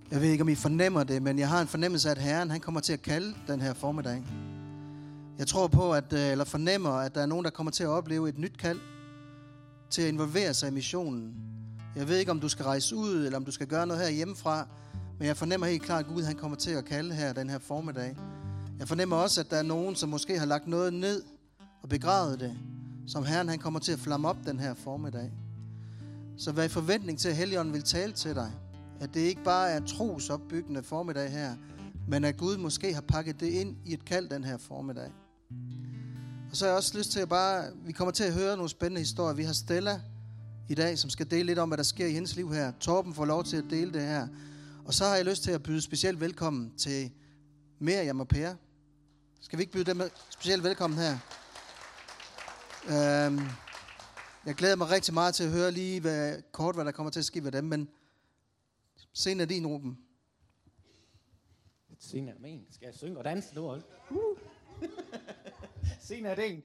Jeg ved ikke, om I fornemmer det, men jeg har en fornemmelse af, at Herren han kommer til at kalde den her formiddag. Jeg tror på, eller fornemmer, at der er nogen, der kommer til at opleve et nyt kald til at involvere sig i missionen. Jeg ved ikke, om du skal rejse ud, eller om du skal gøre noget her hjemmefra, men jeg fornemmer helt klart, at Gud han kommer til at kalde her den her formiddag. Jeg fornemmer også, at der er nogen, som måske har lagt noget ned og begravet det, som Herren han kommer til at flamme op den her formiddag. Så vær i forventning til, at Helligånden vil tale til dig. At det ikke bare er trosopbyggende formiddag her, men at Gud måske har pakket det ind i et kald den her formiddag. Og så har jeg også lyst til vi kommer til at høre nogle spændende historier. Vi har Stella i dag, som skal dele lidt om, hvad der sker i hendes liv her. Torben får lov til at dele det her. Og så har jeg lyst til at byde specielt velkommen til Miriam og Per. Skal vi ikke byde dem specielt velkommen her? Jeg glæder mig rigtig meget til at høre lige hvad der kommer til at ske ved dem, men scenen er din, Ruben. Scenen er min. Skal jeg synge og danse nu også? Scenen er din.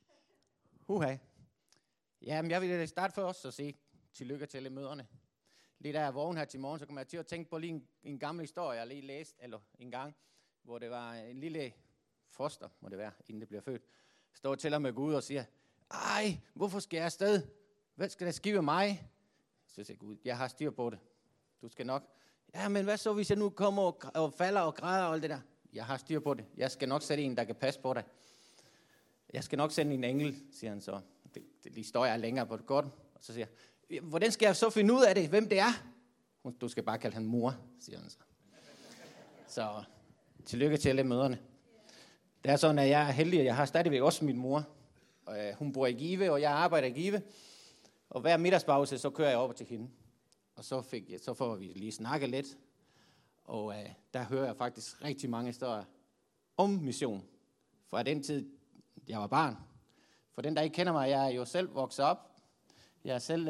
Jamen, jeg vil starte først og sige tillykke til alle møderne. Lige da jeg vågnede her til morgen, så kom jeg til at tænke på lige en gammel historie, jeg lige læste, eller en gang, hvor det var en lille foster, må det være, inden det bliver født, står til med Gud og siger, ej, hvorfor skal jeg afsted? Hvad skal der ske med mig? Så siger Gud, jeg har styr på det. Du skal nok. Ja, men hvad så, hvis jeg nu kommer og falder og græder og alt det der? Jeg har styr på det. Jeg skal nok sætte en, der kan passe på dig. Jeg skal nok sende en engel, siger han så. Det står jeg længere på det godt. Og så siger jeg, hvordan skal jeg så finde ud af det, hvem det er? Du skal bare kalde han mor, siger han så. Så tillykke til alle møderne. Det er sådan, at jeg er heldig, at jeg har stadigvæk også min mor. Hun bor i Give, og jeg arbejder i Give. Og hver middagspause, så kører jeg over til hende. Og så får vi lige snakket lidt. Og der hører jeg faktisk rigtig mange historier om mission. Fra den tid, jeg var barn. For den, der ikke kender mig, jeg er jo selv vokset op. Jeg er selv,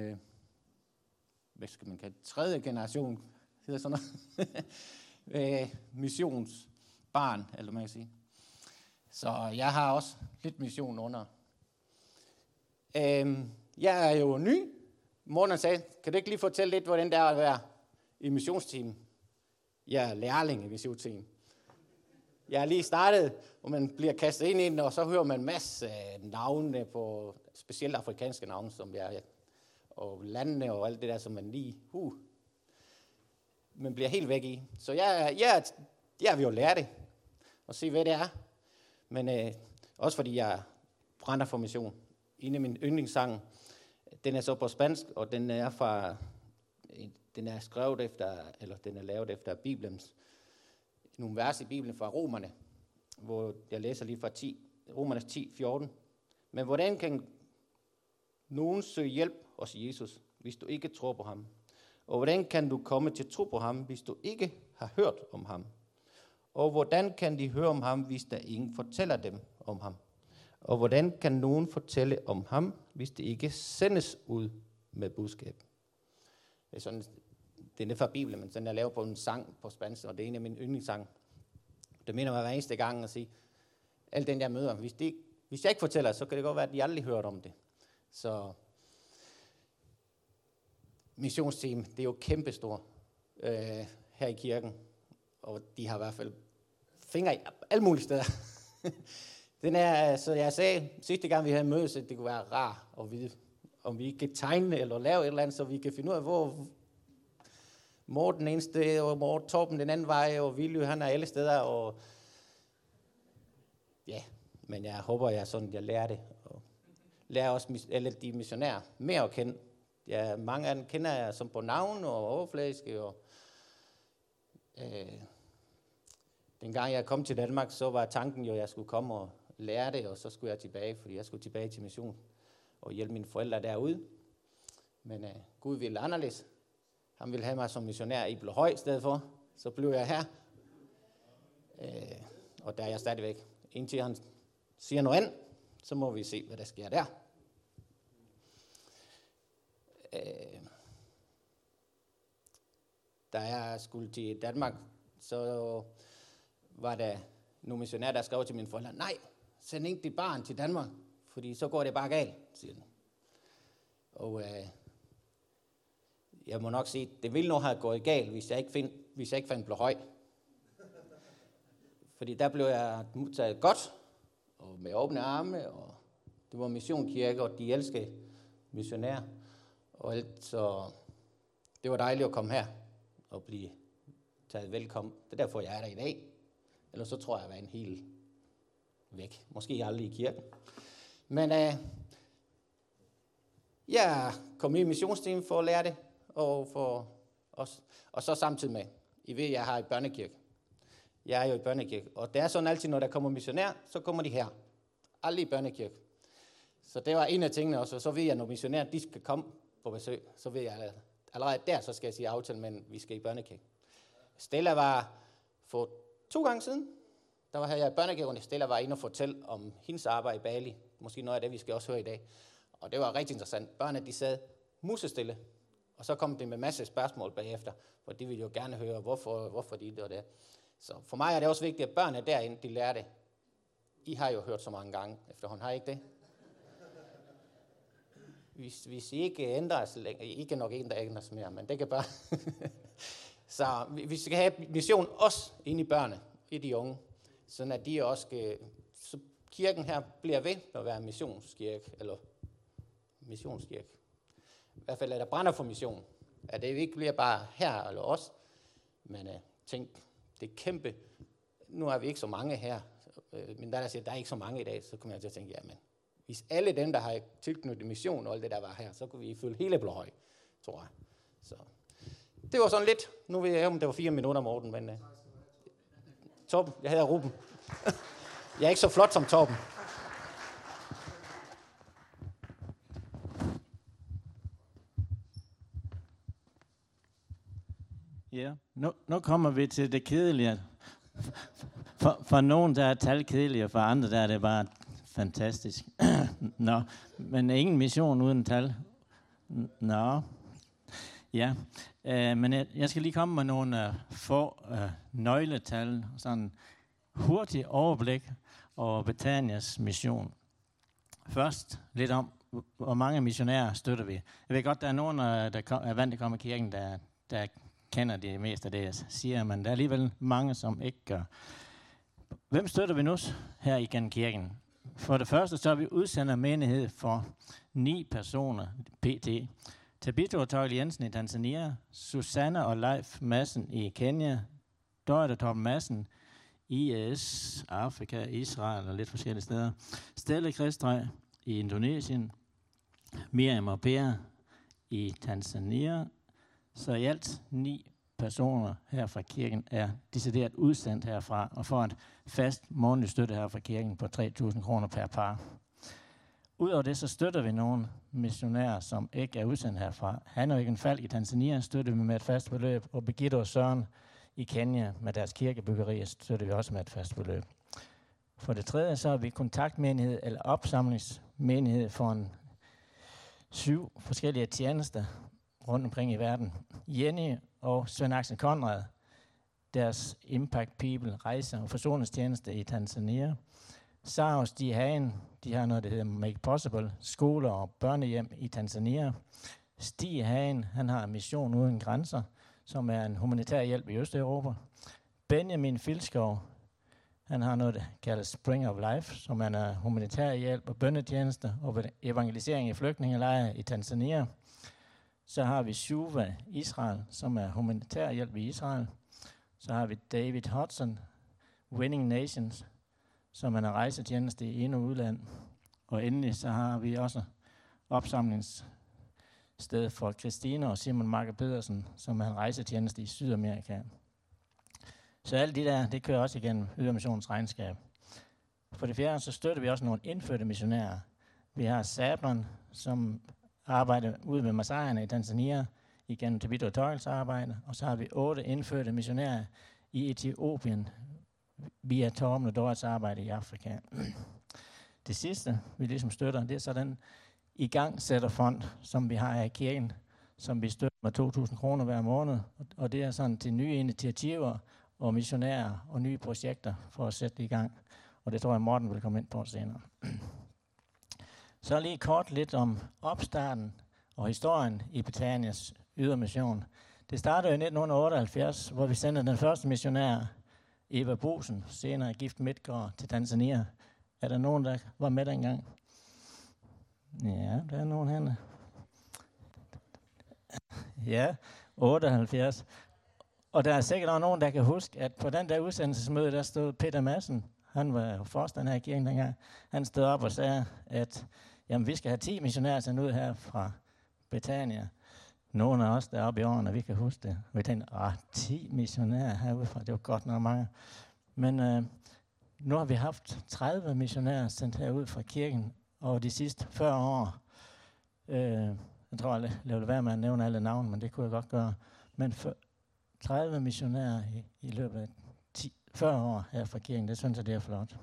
hvad skal man kalde, 3. generation, hedder sådan noget. Missionsbarn, eller man kan sige. Så jeg har også lidt mission under. Jeg er jo ny. Morten sagde, kan du ikke lige fortælle lidt, hvordan det er at være i missionsteam? Jeg er lærling i missionsteam. Jeg er lige startet, hvor man bliver kastet ind i den, og så hører man en masse navne på, specielt afrikanske navne, som jeg, og landene og alt det der, som man lige, man bliver helt væk i. Så jeg vil jo lære det, og se, hvad det er. Men også fordi jeg brænder for mission. En af mine yndlingssang, den er så på spansk, og den er skrevet efter, eller den er lavet efter Bibelens, nogle vers i Bibelen fra Romerne, hvor jeg læser lige fra Romernes 10:14. Men hvordan kan nogen søge hjælp hos Jesus, hvis du ikke tror på ham? Og hvordan kan du komme til tro på ham, hvis du ikke har hørt om ham? Og hvordan kan de høre om ham, hvis der ingen fortæller dem om ham? Og hvordan kan nogen fortælle om ham, hvis det ikke sendes ud med budskab? Det er sådan, det er fra Bibelen, men sådan jeg laver på en sang på spansk, og det er en af mine yndlingssang. Det mener mig hver eneste gang at sige, alt den jeg møder, hvis jeg ikke fortæller, så kan det godt være, at de aldrig hørt om det. Så missionsteam, det er jo kæmpestort her i kirken, og de har i hvert fald fingre i alle mulige steder. Den er, så jeg sagde sidste gang vi havde mødes, at det kunne være rart at vide, om vi kan tegne eller lave et eller andet, så vi kan finde ud af, hvor Morten ene sted, og Torben den anden vej, og Villy, han er alle steder, og ja, men jeg håber, jeg lærer det, og lærer også alle de missionærer mere at kende. Ja, mange af dem kender jeg som på navn og overfladiske, og dengang jeg kom til Danmark, så var tanken jo, at jeg skulle komme og lære det, og så skulle jeg tilbage, fordi jeg skulle tilbage til mission og hjælpe mine forældre derude. Men Gud ville anderledes. Han ville have mig som missionær i Blåhøj i stedet for. Så blev jeg her. Og der er jeg stadigvæk. Indtil han siger noget andet, så må vi se, hvad der sker der. Da jeg skulle til Danmark, så var der nogle missionærer, der skrev til mine forældre, nej, send ikke dit barn til Danmark, fordi så går det bare galt, siger den. Og jeg må nok sige, det ville nok have gået galt, hvis jeg ikke fandt Blåhøj. Fordi der blev jeg modtaget godt, og med åbne arme, og det var missionskirke, og de elskede missionærer. Og alt, så det var dejligt at komme her og blive taget velkommen. Det er derfor, jeg er der i dag. Ellers så tror jeg, at jeg var en helt væk. Måske aldrig i kirken. Men jeg kom i missionsteam for at lære det, og så samtidig med, I ved, jeg har i børnekirke. Jeg er jo i børnekirke, og det er sådan altid, når der kommer missionær, så kommer de her. Aldrig i børnekirke. Så det var en af tingene også, og så ved jeg, når missionærer, de skal komme på besøg, så ved jeg, at allerede der, så skal jeg sige aftale, men vi skal i børnekirke. Stella var for 2 gange siden, der var her jeg i børnekirke, og Stella var inde og fortælle om hendes arbejde i Bali. Måske noget af det, vi skal også høre i dag. Og det var rigtig interessant. Børnene, de sad musestille, og så kom det med masse spørgsmål bagefter, for de ville jo gerne høre, hvorfor de det og det. Så for mig er det også vigtigt, at børnene derinde, de lærer det. I har jo hørt så mange gange efterhånden, har I ikke det? Hvis I ikke ændrer os længere, I er nok en, der ændrer sig mere, men det kan bare... Så vi skal have mission også ind i børnene, i de unge, sådan at de også skal... Så kirken her bliver ved at være missionskirke, eller missionskirke. I hvert fald er der brænder for mission. At det ikke bliver bare her eller os, men tænk, det er kæmpe... Nu er vi ikke så mange her, men der siger, der er ikke så mange i dag, så kommer jeg til at tænke, jamen, hvis alle dem, der har tilknyttet mission og alt det, der var her, så kunne vi fylde hele Blåhøj, tror jeg. Så det var sådan lidt. Nu ved jeg, om det var 4 minutter, Morten, men Torben, jeg hedder Ruben. Jeg er ikke så flot som Torben. Ja, nu kommer vi til det kedelige. For nogen, der er tal kedelige, og for andre, der er det bare fantastisk. Nå, men ingen mission uden tal. Nå, ja. Men jeg skal lige komme med nogle få nøgletal, sådan hurtigt overblik over Betanias mission. Først lidt om, hvor mange missionærer støtter vi. Jeg ved godt, der er nogen, der er vant til at komme i kirken, der kender det meste af det, jeg siger, men der er alligevel mange, som ikke gør. Hvem støtter vi nu her i kirken? For det første, så er vi udsender menighed for 9 personer, pt. Tabito og Tøjle Jensen i Tanzania, Susanne og Leif Madsen i Kenya, Dorte og Torben Madsen, IS, Afrika, Israel og lidt forskellige steder, Stelle Kristøj i Indonesien, Miriam og Per i Tanzania. Så i alt 9 personer her fra kirken er decideret udsendt herfra og får et fast månedlig støtte her fra kirken på 3.000 kroner per par. Udover det, så støtter vi nogle missionærer, som ikke er udsendt herfra. Han og Jørgen Falk i Tanzania støtter vi med et fast beløb, og Birgitte og Søren i Kenya med deres kirkebyggeri støtter vi også med et fast beløb. For det tredje, så er vi kontaktmenighed eller opsamlingsmenighed for 7 forskellige tjenester rundt omkring i verden. Jenny og Svend Axel Konrad, deres Impact People rejser og forsoningstjeneste i Tanzania. Saros, de har noget, der hedder Make Possible, skoler og børnehjem i Tanzania. Stig Hagen, han har Mission Uden Grænser, som er en humanitær hjælp i Østeuropa. Benjamin Filskov, han har noget, der kaldes Spring of Life, som er en humanitær hjælp og bønnetjeneste og evangelisering i flygtningelejre i Tanzania. Så har vi Shuva Israel, som er humanitær hjælp i Israel. Så har vi David Hudson, Winning Nations, som er en rejsetjeneste i ind- og udland. Og endelig så har vi også opsamlingssted for Christine og Simon Marke Pedersen, som er en rejsetjeneste i Sydamerika. Så alt det der, det kører også igennem Ydermissionens regnskab. For det fjerde, så støtter vi også nogle indfødte missionærer. Vi har Sabron, som arbejder ude med Masaierne i Tanzania, igennem Tabito og Tøjles arbejde. Og så har vi 8 indfødte missionærer i Etiopien, via Torben og Dorets arbejde i Afrika. Det sidste, vi ligesom støtter, det er så den igangsætterfond, som vi har her i kirken, som vi støtter med 2.000 kroner hver måned. Og det er sådan til nye initiativer og missionærer og nye projekter for at sætte det i gang. Og det tror jeg, Morten vil komme ind på senere. Så lige kort lidt om opstarten og historien i Betanias Ydermission. Det startede i 1978, hvor vi sendte den første missionær, Eva Bosen, senere gift Midtgaard, til Tanzania. Er der nogen, der var med dengang? Ja, der er nogen henne. Ja, 78. Og der er sikkert også nogen, der kan huske, at på den der udsendelsesmøde, der stod Peter Madsen, han var jo forstander her i kirken dengang, han stod op og sagde, at jamen, vi skal have 10 missionærer sendt ud her fra Betania. Nogle af os, der er oppe i årene, vi kan huske det. Vi tænkte, 10 missionærer herudefra, det var godt nok mange. Men nu har vi haft 30 missionærer sendt herud fra kirken over de sidste 40 år. Jeg tror, jeg vil være med at nævne alle navne, men det kunne jeg godt gøre. Men 30 missionærer i løbet af 40 år her fra kirken, det synes jeg, det er flot.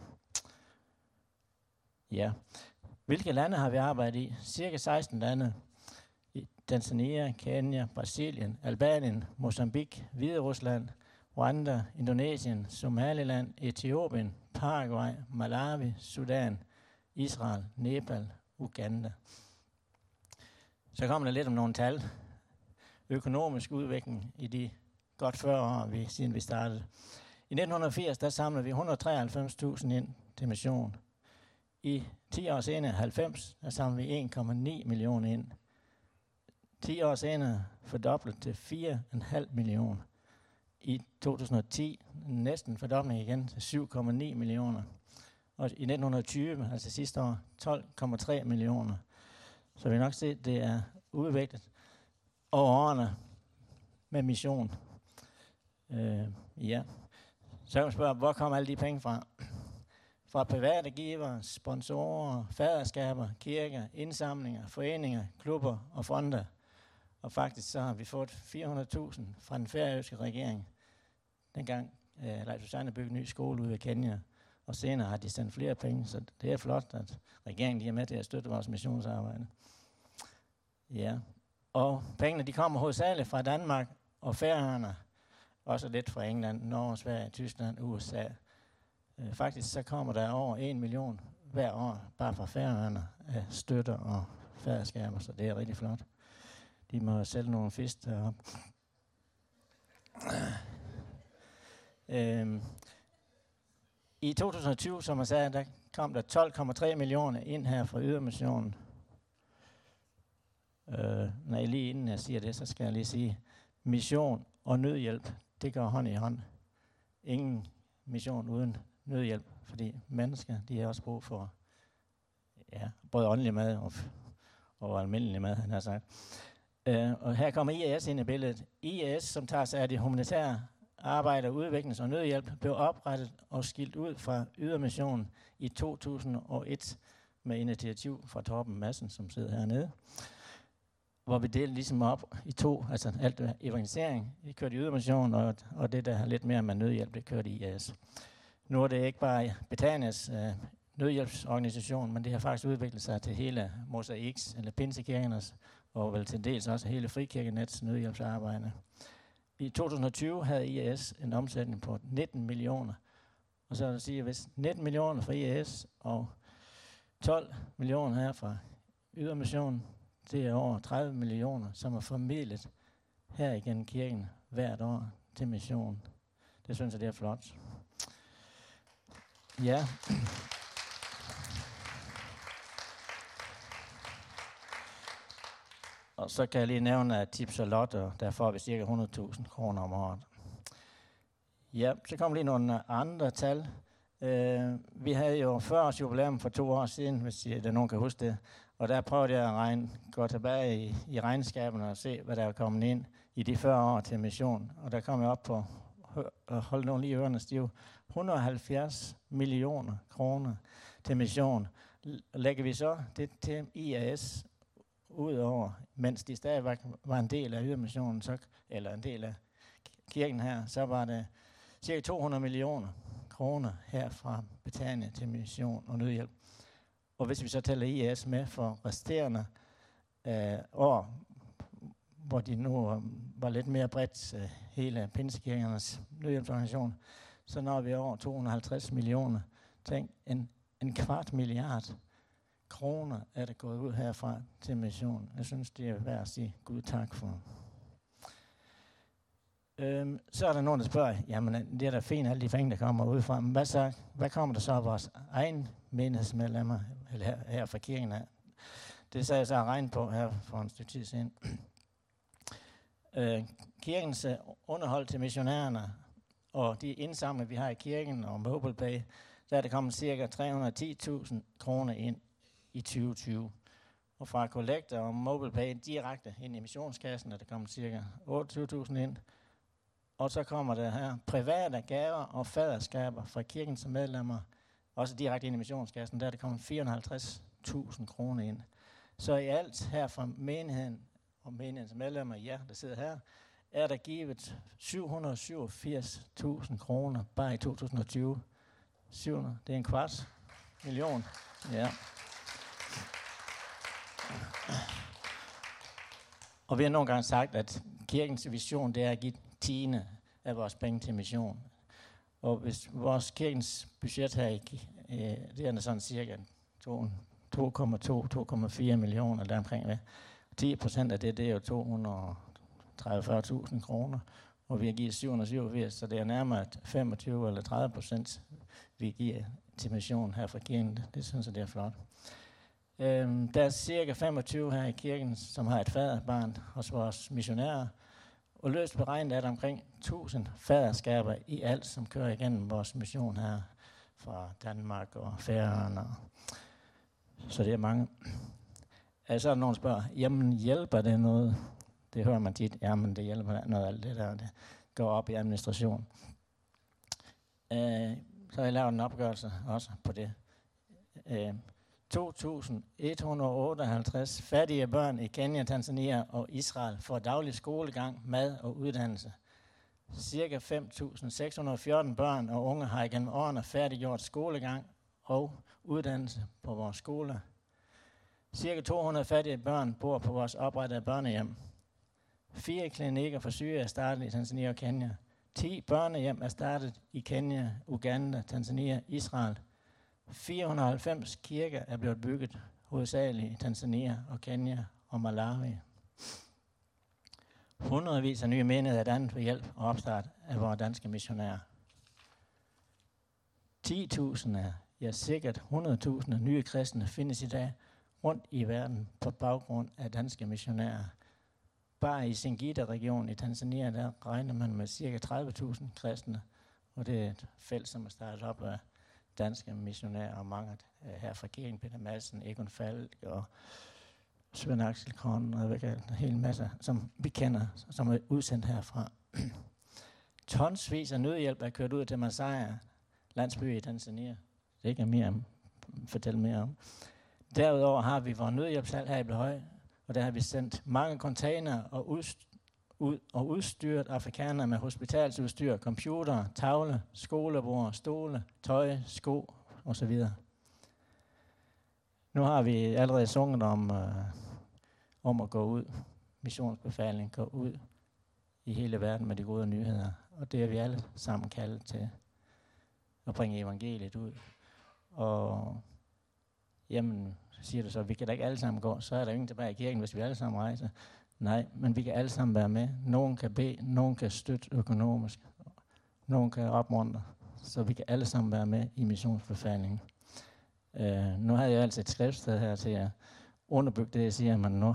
Ja. Hvilke lande har vi arbejdet i? Cirka 16 lande. I Tanzania, Kenya, Brasilien, Albanien, Mozambique, Hviderusland, Rwanda, Indonesien, Somaliland, Etiopien, Paraguay, Malawi, Sudan, Israel, Nepal, Uganda. Så kommer der lidt om nogle tal. Økonomisk udvikling i de godt 40 år, siden vi startede. I 1980, der samlede vi 193.000 ind til mission. I 10 år senere, 90, der samlede vi 1,9 millioner ind. 10 år senere fordoblet til 4,5 millioner. I 2010 næsten fordobling igen til 7,9 millioner. Og i 1920, altså sidste år, 12,3 millioner. Så vi nok se, at det er udviklet over årene med mission. Ja. Så kan man spørge, hvor kommer alle de penge fra? Fra private givere, sponsorer, faderskaber, kirker, indsamlinger, foreninger, klubber og fonde. Og faktisk så har vi fået 400.000 fra den færøske regering. Dengang Leif Susanne byggede en ny skole ude ved Kenya. Og senere har de sendt flere penge, så det er flot, at regeringen er med til at støtte vores missionsarbejde. Ja. Og pengene de kommer hovedsageligt fra Danmark og Færøerne. Også lidt fra England, Norge, Sverige, Tyskland, USA. Faktisk så kommer der over 1 million hver år, bare fra Færøerne, af støtter og faderskaber, så det er rigtig flot. De må sælge nogle fisk deroppe. I 2020, som jeg sagde, der kom der 12,3 millioner ind her fra Ydermissionen. Lige inden jeg siger det, så skal jeg lige sige, mission og nødhjælp, det går hånd i hånd. Ingen mission uden nødhjælp, fordi mennesker, de har også brug for både åndelig mad og almindelig mad, han har sagt. Og her kommer IAS ind i billedet. IAS, som tager sig af det humanitære arbejde, udviklings- og nødhjælp, blev oprettet og skilt ud fra Ydermissionen i 2001 med initiativ fra Torben Madsen, som sidder hernede, hvor vi delte ligesom op i to, altså alt evangelisering, det kørte i Ydermissionen, og det der har lidt mere med nødhjælp, det kørte i IAS. Nu er det ikke bare Betanias nødhjælpsorganisation, men det har faktisk udviklet sig til hele Mosaiks, eller Pinsekirkernes, og vel til dels også hele Frikirkenets nødhjælpsarbejde. I 2020 havde IAS en omsætning på 19 millioner. Og så vil jeg sige, at hvis 19 millioner fra IAS og 12 millioner her fra Ydermissionen, det er over 30 millioner, som er formidlet her igennem kirken hvert år til mission. Det synes jeg, det er flot. Ja. Og så kan jeg lige nævne, at Tips og Lotto, der får vi cirka 100.000 kroner om året. Ja, så kommer lige nogle andre tal. Vi havde jo 40 års jubilæum for 2 år siden, hvis der nogen kan huske det. Og der prøvede jeg at gå tilbage i regnskaberne og se, hvad der er kommet ind i de 40 år til mission. Og der kom jeg op på, hold nu lige ørerne stive, 170 millioner kroner til mission. Lægger vi så det til IAS udover, mens de stadig var en del af Ydermissionen, eller en del af kirken her, så var det cirka 200 millioner kroner her fra Betania til mission og nødhjælp. Og hvis vi så tæller IAS med for resterende år, hvor de nu var lidt mere bredt, hele Pinsekirkernes nødhjælpsorganisation, så når vi over 250 millioner. Tænk, en kvart milliard kroner er der gået ud herfra til mission. Jeg synes, det er værd at sige Gud tak for. Så er der nogen, der spørger, jamen det er da fint, alle de penge, der kommer udefra, men hvad kommer der så af vores egen menighedsmedlemmer, eller her fra kirken af? Det sagde jeg så at regne på her for en stykke tid siden. Kirkens underhold til missionærerne og de indsamlinger, vi har i kirken og MobilePay, der er der kommet ca. 310.000 kroner ind i 2020. Og fra kollekter og MobilePay direkte ind i missionskassen, er der kommet ca. 28.000 ind. Og så kommer der her private gaver og faderskaber fra kirkens medlemmer, også direkte ind i missionskassen, der er der kommet 450.000 kroner ind. Så i alt her fra menigheden og menighedens medlemmer, der sidder her, er der givet 787.000 kroner bare i 2020. 700, det er 250.000. Ja. Og vi har nogle gange sagt, at kirkens vision, det er at give 10% af vores penge til mission. Og hvis vores kirkens budget her, det er sådan cirka 2,2-2,4 millioner deromkring. 10% af det er jo 230-40.000 kroner, og vi har givet 787, så det er nærmere 25 eller 30%, vi giver til mission her fra kirken. Det synes jeg, det er flot. Der er cirka 25 her i kirken, som har et faderbarn hos vores missionærer, og løst beregnet er der omkring 1000 faderskaber i alt, som kører igennem vores mission her fra Danmark og Færøerne. Så det er mange. Så er der nogen, der spørger, jamen hjælper det noget? Det hører man tit, jamen det hjælper noget, alt det der, det går op i administration. Så har jeg lavet en opgørelse også på det. 2.158 fattige børn i Kenya, Tanzania og Israel får daglig skolegang, mad og uddannelse. Cirka 5.614 børn og unge har igennem årene færdiggjort skolegang og uddannelse på vores skoler. Cirka 200 fattige børn bor på vores oprettede børnehjem. 4 klinikker for syge er startet i Tanzania og Kenya. 10 børnehjem er startet i Kenya, Uganda, Tanzania, Israel. 490 kirker er blevet bygget, hovedsageligt i Tanzania og Kenya og Malawi. Hundredvis af nye menigheder er dannet ved hjælp og opstart af vores danske missionærer. 10.000 sikkert 100.000 nye kristne findes i dag rundt i verden på baggrund af danske missionærer. Bare i Singida-regionen i Tanzania, der regner man med ca. 30.000 kristne, og det er et felt, som er startet op af danske missionærer og mange her fra kirken, Peter Madsen, Egon Falk og Svend Axel Korn og en hel masse, som vi kender, som er udsendt herfra. Tonsvis af nødhjælp er kørt ud til Masaya, landsby i Tanzania. Det kan jeg fortælle mere om. Derudover har vi vores nødhjælpshal her i Blehøj, og der har vi sendt mange container og udstyret afrikanere med hospitalsudstyr, computer, tavle, skolebord, stole, tøj, sko osv. Nu har vi allerede sunget om at gå ud, missionsbefaling, gå ud i hele verden med de gode nyheder. Og det er vi alle sammen kaldet til at bringe evangeliet ud. Og jamen, siger du så, vi kan da ikke alle sammen gå, så er der ingen tilbage i kirken, hvis vi alle sammen rejser. Nej, men vi kan alle sammen være med. Nogen kan bede, nogen kan støtte økonomisk, nogen kan opmuntre, så vi kan alle sammen være med i missionsbefalingen. Nu har jeg altså et skriftsted her til at underbygge det, jeg siger, men nu,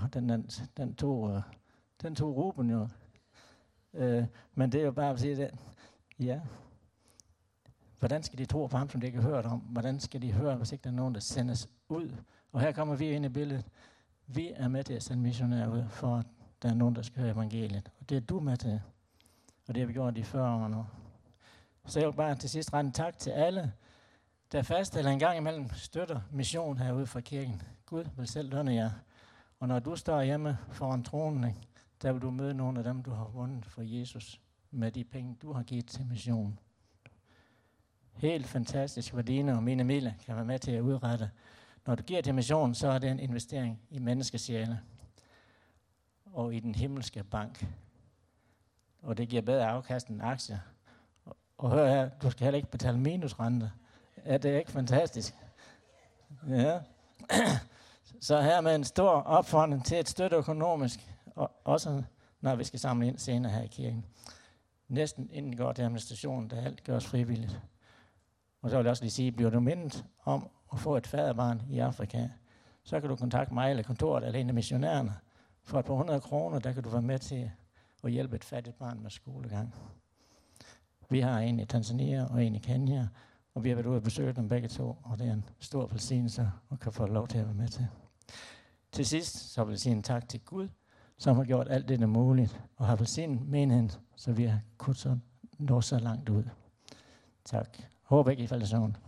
den tog Ruben jo. Men det er jo bare at sige det. Ja. Hvordan skal de tro på ham, som de ikke har hørt om? Hvordan skal de høre, hvis ikke der er nogen, der sendes ud? Og her kommer vi ind i billedet. Vi er med til at sende missionærer ud, for at der er nogen, der skal høre evangeliet. Og det er du med til. Og det har vi gjort i 40 år nu. Så jeg vil bare til sidst rette en tak til alle, der fast eller en gang imellem støtter mission herude fra kirken. Gud vil selv lønne jer. Og når du står hjemme foran tronen, der vil du møde nogle af dem, du har vundet for Jesus, med de penge, du har givet til mission. Helt fantastisk, hvad dine og mine midler kan være med til at udrette. Når du giver til mission, så er det en investering i menneskesjæle og i den himmelske bank. Og det giver bedre afkast end aktier. Og hør her, du skal heller ikke betale minusrente. Er det ikke fantastisk? Ja. Så her med en stor opfordring til et støtte økonomisk, og også når vi skal samle ind senere her i kirken. Næsten inden går til administrationen, der alt gøres frivilligt. Og så vil jeg også lige sige, bliver du mindet om at få et faderbarn i Afrika, så kan du kontakte mig eller kontoret eller en af missionærerne. For et par 100 kroner, der kan du være med til at hjælpe et fattigt barn med skolegang. Vi har en i Tanzania og en i Kenya, og vi har været ude og besøge dem begge to, og det er en stor velsignelse at kan få lov til at være med til. Til sidst så vil jeg sige en tak til Gud, som har gjort alt det muligt, og har velsignet menigheden, så vi har kunnet nå så langt ud. Tak. Håber ikke, I falder sådan.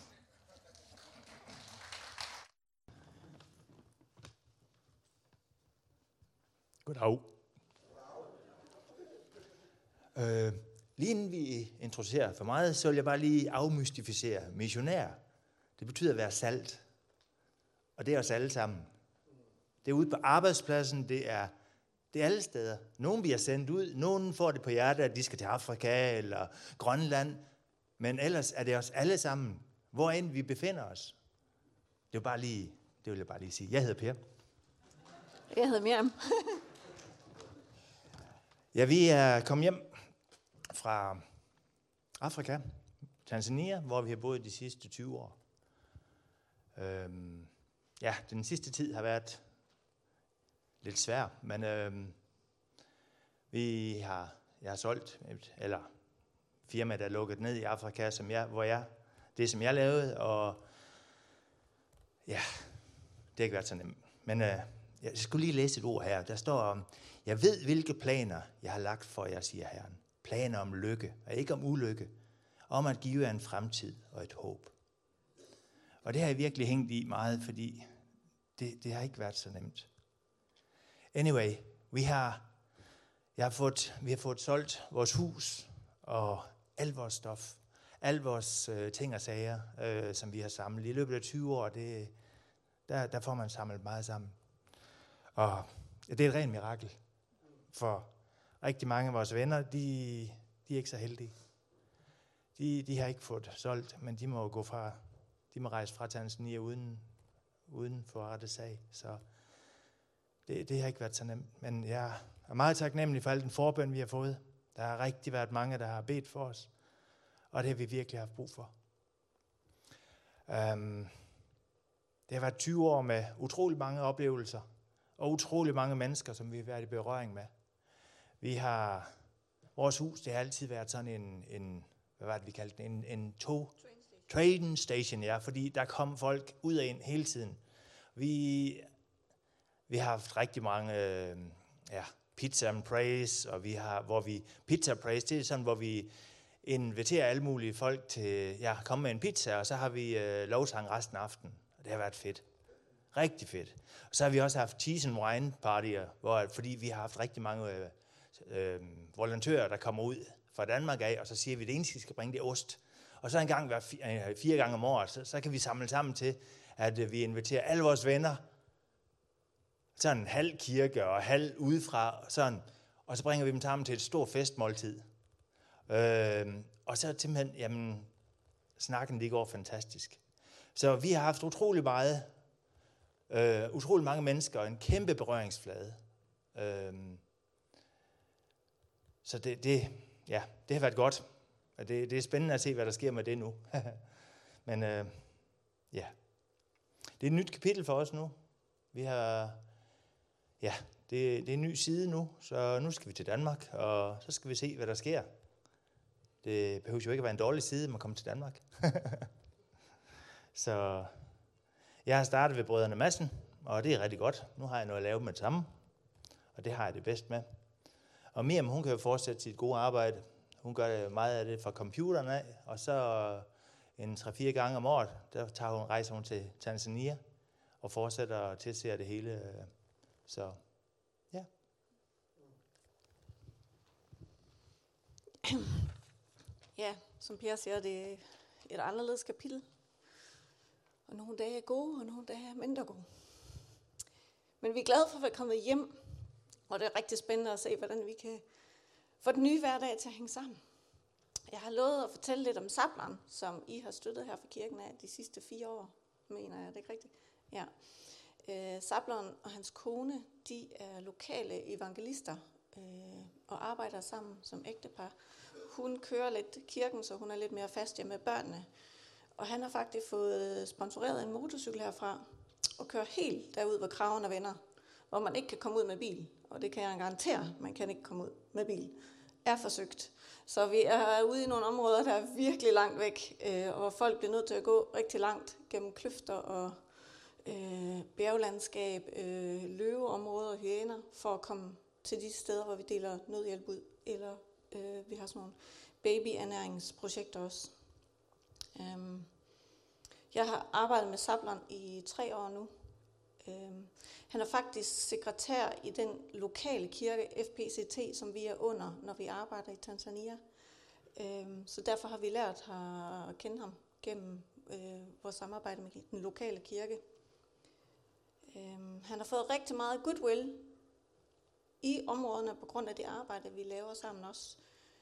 Goddag. Lige inden vi introducerer for meget, så vil jeg bare lige afmystificere missionær. Det betyder at være salt. Og det er os alle sammen. Det er ude på arbejdspladsen, det er alle steder. Nogen bliver sendt ud, nogen får det på hjertet, at de skal til Afrika eller Grønland. Men ellers er det os alle sammen, hvor end vi befinder os. Det vil jeg bare lige sige. Jeg hedder Per. Jeg hedder Miriam. Ja, vi er kommet hjem fra Afrika, Tanzania, hvor vi har boet de sidste 20 år. Den sidste tid har været lidt svær, men jeg har solgt firma, der er lukket ned i Afrika, som jeg lavede, og ja, det har ikke været så nemt. Men jeg skulle lige læse et ord her. Der står, jeg ved, hvilke planer jeg har lagt for jer, siger Herren. Planer om lykke, og ikke om ulykke. Om at give jer en fremtid og et håb. Og det har jeg virkelig hængt i meget, fordi det har ikke været så nemt. Anyway, vi har fået solgt vores hus og alt vores stof. Alle vores ting og sager, som vi har samlet. I løbet af 20 år, der får man samlet meget sammen. Og det er et rent mirakel. For rigtig mange af vores venner, de er ikke så heldige. De har ikke fået solgt, men de må rejse fra Tanzania uden for rette sag. Så det har ikke været så nemt. Men jeg er meget taknemmelig for al den forbøn, vi har fået. Der har rigtig været mange, der har bedt for os. Og det har vi virkelig haft brug for. Det har været 20 år med utrolig mange oplevelser. Og utrolig mange mennesker, som vi har været i berøring med. Vores hus, det har altid været sådan hvad var det, vi kaldte den? En train station, ja, fordi der kom folk ud og ind hele tiden. Vi har haft rigtig mange pizza and praise, og pizza praise, det er sådan, hvor vi inviterer alle mulige folk til, komme med en pizza, og så har vi lovsang resten af aftenen. Og det har været fedt. Rigtig fedt. Og så har vi også haft cheese and wine partyer, fordi vi har haft rigtig mange volontører, der kommer ud fra Danmark af, og så siger vi, at det eneste, vi skal bringe, det er ost. Og så en gang 4 gange om året, så kan vi samle sammen til, at vi inviterer alle vores venner, sådan en halv kirke og halv udefra, sådan, og så bringer vi dem sammen til et stort festmåltid. Og så simpelthen, snakken, det går fantastisk. Så vi har haft utrolig mange mennesker og en kæmpe berøringsflade. Så det har været godt. Og det er spændende at se, hvad der sker med det nu. Men det er et nyt kapitel for os nu. Det er en ny side nu, så nu skal vi til Danmark, og så skal vi se, hvad der sker. Det behøver jo ikke at være en dårlig side, man kommer til Danmark. Så jeg har startet ved Brødrene Madsen, og det er rigtig godt. Nu har jeg noget at lave med det samme, og det har jeg det bedst med. Og Miriam, hun kan jo fortsætte sit gode arbejde. Hun gør meget af det fra computeren af, og så 3-4 gange om året, der rejser hun til Tanzania og fortsætter og tilser det hele. Så ja. Ja, som Per siger, det er et anderledes kapitel. Og nogle dage er gode, og nogle dage er mindre gode. Men vi er glade for at være kommet hjem, og det er rigtig spændende at se, hvordan vi kan få den nye hverdag til at hænge sammen. Jeg har lovet at fortælle lidt om Sableren, som I har støttet her for kirken af de sidste 4 år, mener jeg. Det er ikke rigtigt? Ja. Sableren og hans kone, de er lokale evangelister og arbejder sammen som ægtepar. Hun kører lidt kirken, så hun er lidt mere fast hjemme med børnene. Og han har faktisk fået sponsoreret en motorcykel herfra, og kører helt derud, hvor Kragerne vender, hvor man ikke kan komme ud med bil. Og det kan jeg garantere, man kan ikke komme ud med bil. Er forsøgt. Så vi er ude i nogle områder, der er virkelig langt væk, og folk bliver nødt til at gå rigtig langt gennem kløfter og bjerglandskab, løveområder og hyæner, for at komme til de steder, hvor vi deler nødhjælp ud, eller vi har sådan nogle babyernæringsprojekter også. Jeg har arbejdet med Sablon i 3 år nu. Han er faktisk sekretær i den lokale kirke, FPCT, som vi er under, når vi arbejder i Tanzania. Så derfor har vi lært at kende ham gennem vores samarbejde med den lokale kirke. Han har fået rigtig meget goodwill i områderne på grund af det arbejde, vi laver sammen også.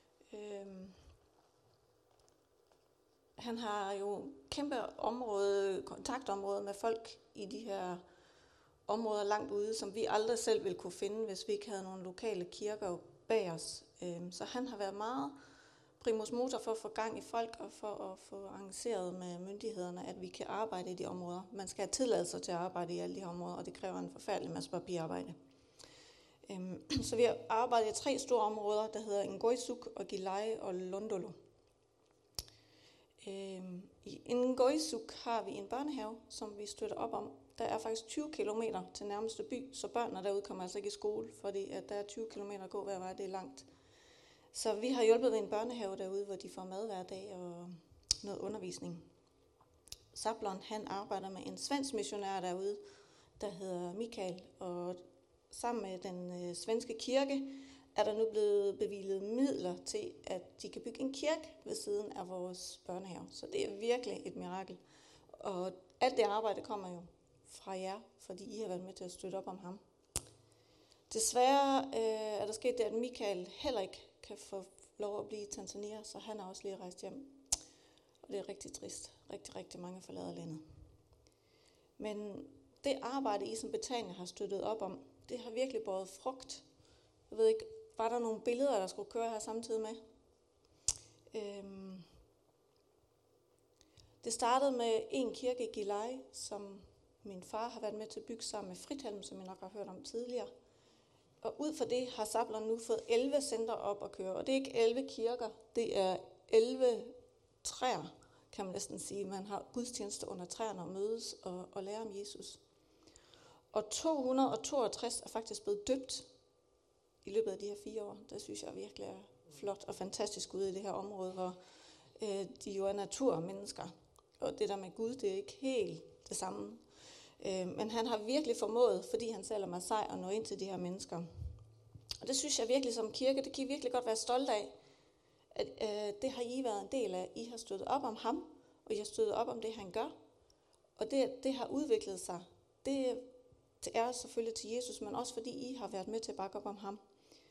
Han har jo kæmpe kontaktområde med folk i de her områder langt ude, som vi aldrig selv ville kunne finde, hvis vi ikke havde nogle lokale kirker bag os. Så han har været meget primus motor for at få gang i folk og for at få arrangeret med myndighederne, at vi kan arbejde i de områder. Man skal have tilladelse til at arbejde i alle de her områder, og det kræver en forfærdelig masse papirarbejde. Så vi har arbejdet i 3 store områder, der hedder Ngoisuk og Gilai og Londolo. I Ngoisuk har vi en børnehave, som vi støtter op om. Der er faktisk 20 kilometer til nærmeste by, så børnene derude kommer altså ikke i skole, fordi at der er 20 kilometer at gå hver vej, det er langt. Så vi har hjulpet ved en børnehave derude, hvor de får mad hver dag og noget undervisning. Sablon, han arbejder med en svensk missionær derude, der hedder Michael, og sammen med den svenske kirke er der nu blevet bevilget midler til, at de kan bygge en kirke ved siden af vores børnehave. Så det er virkelig et mirakel. Og alt det arbejde kommer jo fra jer, fordi I har været med til at støtte op om ham. Desværre er der sket det, at Michael heller ikke kan få lov at blive i Tanzania, så han er også lige rejst hjem. Og det er rigtig trist. Rigtig, rigtig mange forlader landet. Men det arbejde, I som Betania har støttet op om, det har virkelig båret frugt. Jeg ved ikke, var der nogle billeder, der skulle køre her samtidig med? Det startede med en kirke i Gilai, som min far har været med til at bygge sammen med Frithelm, som jeg nok har hørt om tidligere. Og ud fra det har Sablon nu fået 11 center op at køre. Og det er ikke 11 kirker, det er 11 træer, kan man næsten sige. Man har gudstjenester under træerne og mødes og lære om Jesus. Og 262 er faktisk blevet døbt i løbet af de her 4 år. Det synes jeg virkelig er flot og fantastisk ude i det her område, hvor de jo er naturmennesker. Og det der med Gud, det er ikke helt det samme. Men han har virkelig formået, fordi han selv er Masai, at nå ind til de her mennesker. Og det synes jeg virkelig som kirke, det kan I virkelig godt være stolte af. At det har I været en del af. I har støttet op om ham, og I har støttet op om det, han gør. Og det har udviklet sig. Det er selvfølgelig til Jesus, men også fordi I har været med til at bakke op om ham.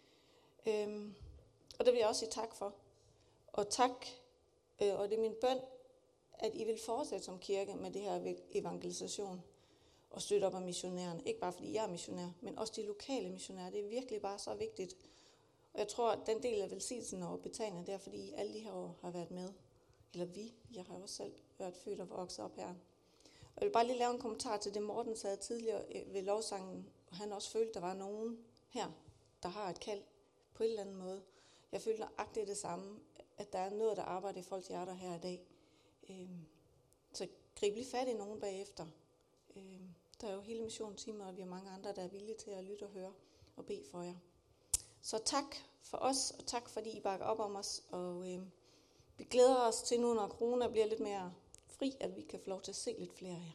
Og det vil jeg også sige tak for. Og tak, og det er min bøn, at I vil fortsætte som kirke med det her evangelisation og støtte op om missionærerne. Ikke bare fordi jeg er missionær, men også de lokale missionærer. Det er virkelig bare så vigtigt. Og jeg tror, at den del af velsignelsen over Betania, det er fordi I alle de her år har været med. Eller vi. Jeg har også selv været født og vokset op her. Og jeg vil bare lige lave en kommentar til det, Morten sagde tidligere ved lovsangen. Og han også følte, at der var nogen her, der har et kald på en eller anden måde. Jeg følte nøjagtigt det samme, at der er noget, der arbejder i folks hjerter her i dag. Så grib lige fat i nogen bagefter. Der er jo hele missionsteamet, og vi har mange andre, der er villige til at lytte og høre og bede for jer. Så tak for os, og tak fordi I bakker op om os. Og vi glæder os til nu, når corona bliver lidt mere fri, at vi kan få lov til at se lidt flere af jer.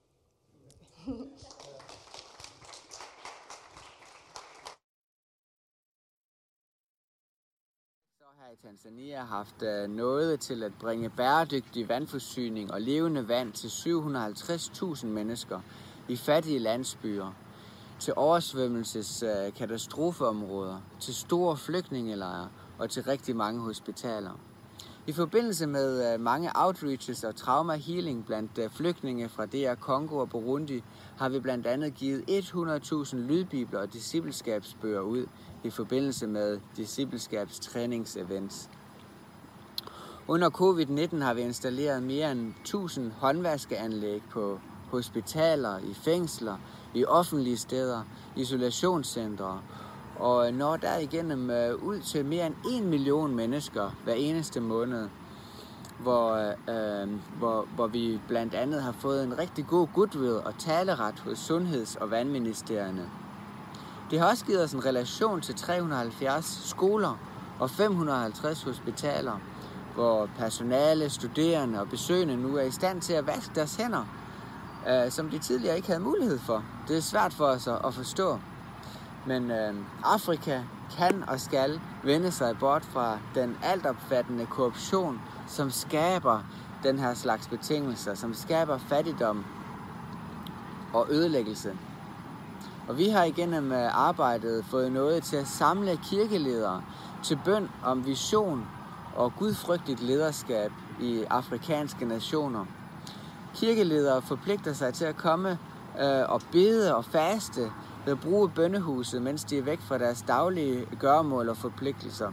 Her i Tanzania har haft noget til at bringe bæredygtig vandforsyning og levende vand til 750.000 mennesker i fattige landsbyer, til oversvømmelseskatastrofeområder, til store flygtningelejre og til rigtig mange hospitaler. I forbindelse med mange outreaches og trauma healing blandt flygtninge fra DR Congo og Burundi, har vi blandt andet givet 100.000 lydbibler og discipleskabsbøger ud i forbindelse med discipleskabstræningsevents. Under covid-19 har vi installeret mere end 1000 håndvaskeanlæg på hospitaler, i fængsler, i offentlige steder, isolationscentre, og når derigennem ud til mere end 1 million mennesker hver eneste måned, hvor vi blandt andet har fået en rigtig god goodwill og taleret hos sundheds- og vandministerierne. Det har også givet os en relation til 370 skoler og 550 hospitaler, hvor personale, studerende og besøgende nu er i stand til at vaske deres hænder, som de tidligere ikke havde mulighed for. Det er svært for os at forstå. Men Afrika kan og skal vende sig bort fra den altopfattende korruption, som skaber den her slags betingelser, som skaber fattigdom og ødelæggelse. Og vi har igennem arbejdet fået noget til at samle kirkeledere til bøn om vision og gudfrygtigt lederskab i afrikanske nationer. Kirkeledere forpligter sig til at komme og bede og faste ved at bruge bønnehuset, mens de er væk fra deres daglige gøremål og forpligtelser.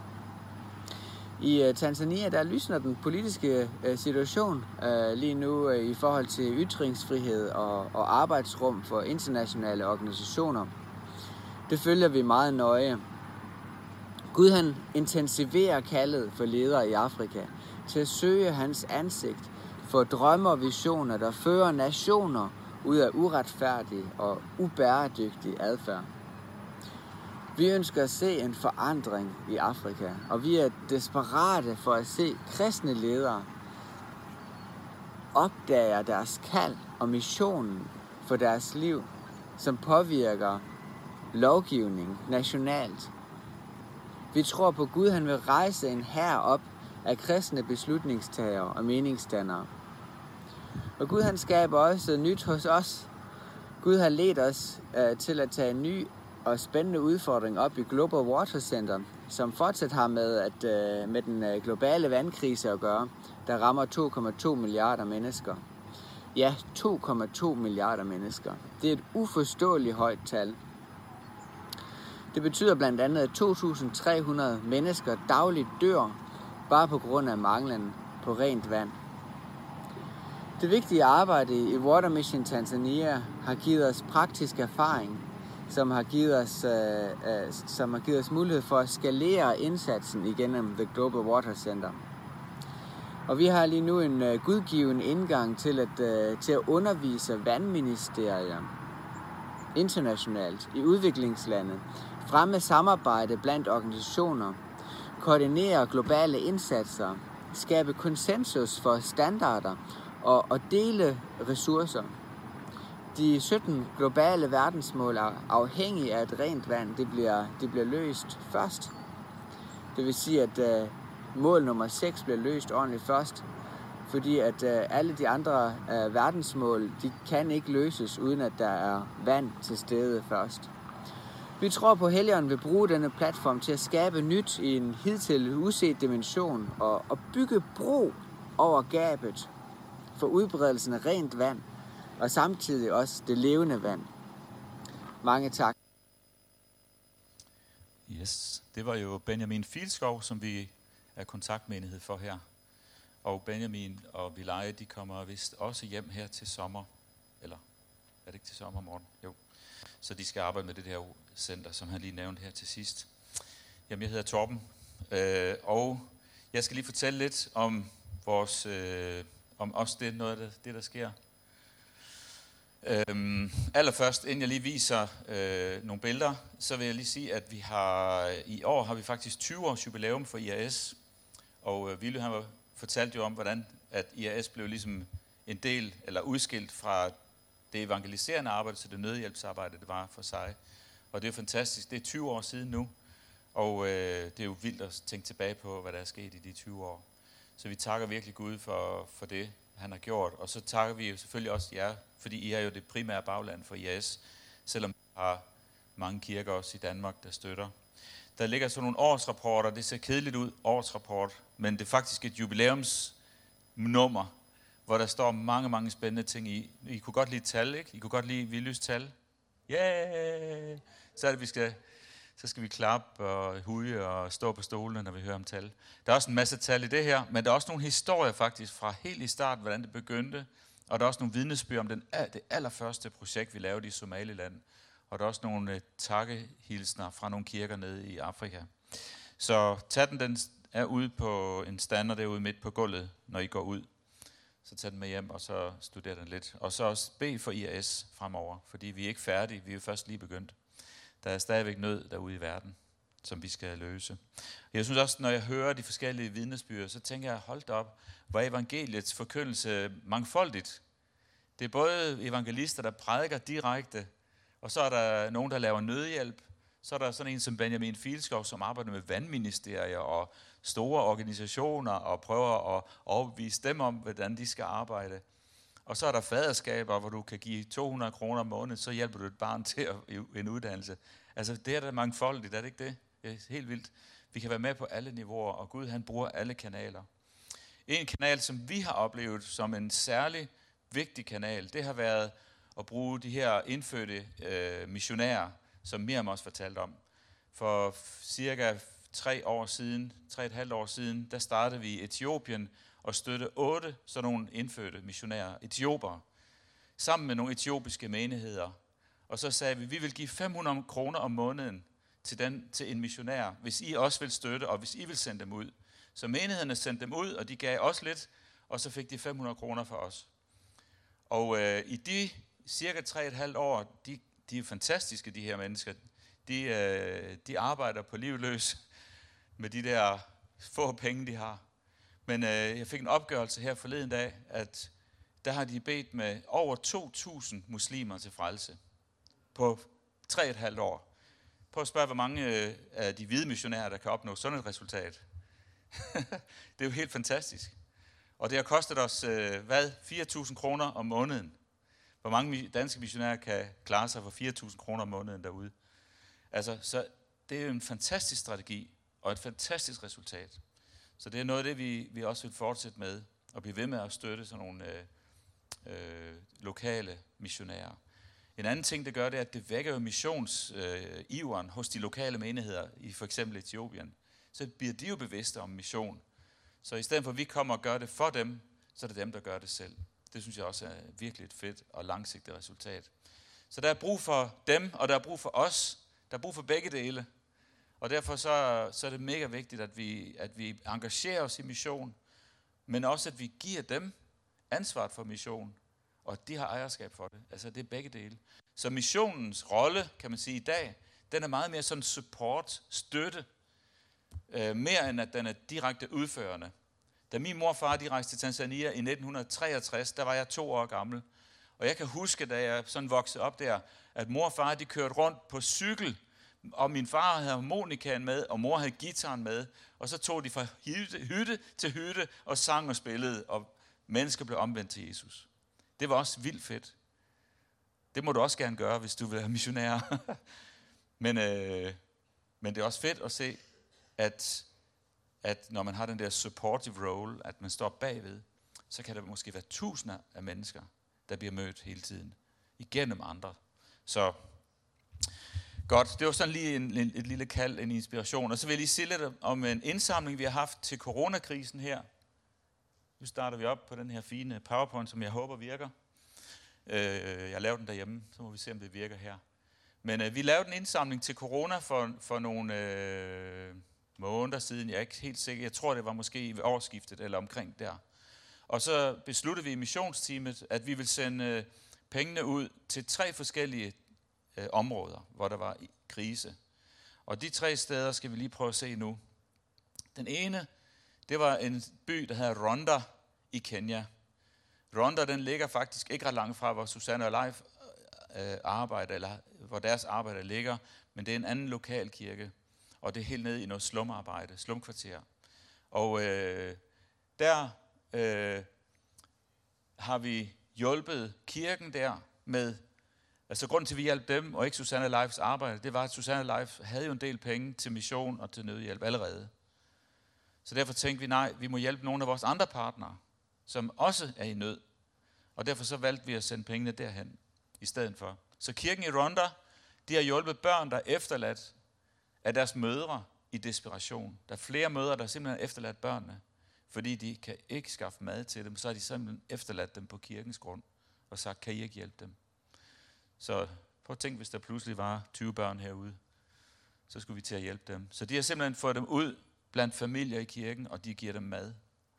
I Tanzania der lysner den politiske situation lige nu i forhold til ytringsfrihed og arbejdsrum for internationale organisationer. Det følger vi meget nøje. Gud han intensiverer kaldet for ledere i Afrika til at søge hans ansigt for drømme og visioner, der fører nationer ud af uretfærdig og ubæredygtig adfærd. Vi ønsker at se en forandring i Afrika, og vi er desperate for at se kristne ledere opdage deres kald og missionen for deres liv, som påvirker lovgivning nationalt. Vi tror på Gud, han vil rejse en hær op af kristne beslutningstagere og meningsdannere. Og Gud han skaber også nyt hos os. Gud har ledt os til at tage en ny og spændende udfordring op i Global Water Center, som fortsat har med den globale vandkrise at gøre, der rammer 2,2 milliarder mennesker. Ja, 2,2 milliarder mennesker. Det er et uforståeligt højt tal. Det betyder blandt andet, at 2.300 mennesker dagligt dør, bare på grund af manglen på rent vand. Det vigtige arbejde i Water Mission Tanzania har givet os praktisk erfaring, som har givet os mulighed for at skalere indsatsen igennem The Global Water Center. Og vi har lige nu en gudgiven indgang til at undervise vandministerier internationalt i udviklingslande, fremme samarbejde blandt organisationer, koordinere globale indsatser, skabe konsensus for standarder og dele ressourcer. De 17 globale verdensmål er afhængige af et rent vand. Det bliver løst først. Det vil sige, at mål nummer 6 bliver løst ordentligt først, fordi at alle de andre verdensmål, de kan ikke løses, uden at der er vand til stede først. Vi tror på, at Helligånden vil bruge denne platform til at skabe nyt i en hidtil uset dimension og bygge bro over gabet for udbredelsen af rent vand, og samtidig også det levende vand. Mange tak. Yes, det var jo Benjamin Filskov, som vi er kontaktmenighed for her. Og Benjamin og Vileje, de kommer vist også hjem her til sommer. Eller er det ikke til sommer, Morten? Jo. Så de skal arbejde med det her center, som han lige nævnte her til sidst. Jamen, jeg hedder Torben, og jeg skal lige fortælle lidt om vores, om også det, noget af det, der sker. Allerførst, inden jeg lige viser nogle billeder, så vil jeg lige sige, at i år har vi faktisk 20 års jubilæum for IAS. Og Ville han fortalte jo om, hvordan at IAS blev ligesom en del, eller udskilt fra det evangeliserende arbejde til det nødhjælpsarbejde, det var for sig. Og det er fantastisk. Det er 20 år siden nu, og det er jo vildt at tænke tilbage på, hvad der er sket i de 20 år. Så vi takker virkelig Gud for det, han har gjort. Og så takker vi jo selvfølgelig også jer, fordi I er jo det primære bagland for IAS, selvom vi har mange kirker også i Danmark, der støtter. Der ligger så nogle årsrapporter. Det ser kedeligt ud, årsrapport. men det er faktisk et jubilæumsnummer, hvor der står mange, mange spændende ting i. I kunne godt lide tal, ikke? I kunne godt lide Willys tal. Yeah! Så skal vi klappe og huge og stå på stolene, når vi hører om tal. Der er også en masse tal i det her, men der er også nogle historier faktisk fra helt i start, hvordan det begyndte. Og der er også nogle vidnesbyrd om det allerførste projekt, vi lavede i Somaliland. Og der er også nogle takkehilsner fra nogle kirker nede i Afrika. Så tag den er ude på en stander derude midt på gulvet, når I går ud. Så tag den med hjem, og så studer den lidt. Og så også bed for IAS fremover, fordi vi er ikke færdige, vi er jo først lige begyndt. Der er stadigvæk nød derude i verden, som vi skal løse. Jeg synes også, når jeg hører de forskellige vidnesbyrd, så tænker jeg, hold da op, hvor evangeliets forkyndelse mangfoldigt. Det er både evangelister, der prædiker direkte, og så er der nogen, der laver nødhjælp. Så er der sådan en som Benjamin Filskov, som arbejder med vandministerier og store organisationer og prøver at overbevise dem om, hvordan de skal arbejde. Og så er der faderskaber, hvor du kan give 200 kroner om måneden, så hjælper du et barn til en uddannelse. Altså det er da mangfoldigt, er det ikke det? Det er helt vildt. Vi kan være med på alle niveauer, og Gud han bruger alle kanaler. En kanal, som vi har oplevet som en særlig vigtig kanal, det har været at bruge de her indfødte missionærer, som Miriam også fortalte om. For cirka 3,5 år siden, der startede vi i Etiopien og støttede 8 sådan nogle indfødte missionærer, etiopere, sammen med nogle etiopiske menigheder. Og så sagde vi vil give 500 kroner om måneden til en missionær, hvis I også vil støtte, og hvis I vil sende dem ud. Så menighederne sendte dem ud, og de gav os lidt, og så fik de 500 kroner for os. Og i de cirka 3,5 år, de er fantastiske, de her mennesker. De arbejder på liv løs med de der få penge, de har. Men jeg fik en opgørelse her forleden dag, at der har de bedt med over 2.000 muslimer til frelse på 3,5 år. Prøv at spørge, hvor mange af de hvide missionærer, der kan opnå sådan et resultat. Det er jo helt fantastisk. Og det har kostet os, 4.000 kroner om måneden. Hvor mange danske missionærer kan klare sig for 4.000 kroner om måneden derude. Altså, så det er jo en fantastisk strategi og et fantastisk resultat. Så det er noget af det, vi også vil fortsætte med, og blive ved med at støtte sådan nogle lokale missionærer. En anden ting, det gør, det er, at det vækker jo missionsiveren hos de lokale menigheder i for eksempel Etiopien. Så bliver de jo bevidste om mission. Så i stedet for, at vi kommer og gør det for dem, så er det dem, der gør det selv. Det synes jeg også er virkelig et fedt og langsigtet resultat. Så der er brug for dem, og der er brug for os. Der er brug for begge dele. Og derfor så er det mega vigtigt, at vi engagerer os i mission, men også, at vi giver dem ansvaret for mission, og de har ejerskab for det. Altså, det er begge dele. Så missionens rolle, kan man sige i dag, den er meget mere sådan support, støtte, mere end at den er direkte udførende. Da min mor og far de rejste til Tanzania i 1963, der var jeg 2 år gammel. Og jeg kan huske, da jeg sådan voksede op der, at mor og far de kørte rundt på cykel, og min far havde harmonikaen med, og mor havde gitaren med. Og så tog de fra hytte til hytte og sang og spillede, og mennesker blev omvendt til Jesus. Det var også vildt fedt. Det må du også gerne gøre, hvis du vil være missionær. Men det er også fedt at se, at når man har den der supportive role, at man står bagved, så kan der måske være tusinder af mennesker, der bliver mødt hele tiden, igennem andre. Så godt, det var sådan lige et lille kald, en inspiration. Og så vil jeg lige sige lidt om en indsamling, vi har haft til coronakrisen her. Nu starter vi op på den her fine PowerPoint, som jeg håber virker. Jeg lavede den derhjemme, så må vi se, om det virker her. Men vi lavede en indsamling til corona for nogle måneder siden. Jeg er ikke helt sikker. Jeg tror, det var måske i årsskiftet eller omkring der. Og så besluttede vi i missionsteamet, at vi vil sende pengene ud til 3 forskellige områder, hvor der var krise. Og de 3 steder skal vi lige prøve at se nu. Den ene, det var en by, der hedder Rwanda i Kenya. Rwanda, den ligger faktisk ikke ret langt fra, hvor Susanne og Leif arbejder, eller hvor deres arbejde ligger, men det er en anden lokal kirke, og det er helt nede i noget slumkvarter. Og der har vi hjulpet kirken der med, altså grunden til, at vi hjalp dem, og ikke Susanne og Leifs arbejde, det var, at Susanne og Leif havde jo en del penge til mission og til nødhjælp allerede. Så derfor tænkte vi, nej, vi må hjælpe nogle af vores andre partnere, som også er i nød. Og derfor så valgte vi at sende pengene derhen i stedet for. Så kirken i Rwanda, de har hjulpet børn, der er efterladt af deres mødre i desperation. Der er flere mødre, der simpelthen har efterladt børnene, fordi de kan ikke skaffe mad til dem. Så har de simpelthen efterladt dem på kirkens grund og sagt, kan I ikke hjælpe dem? Så prøv at tænke, hvis der pludselig var 20 børn herude, så skulle vi til at hjælpe dem. Så de har simpelthen fået dem ud blandt familier i kirken, og de giver dem mad.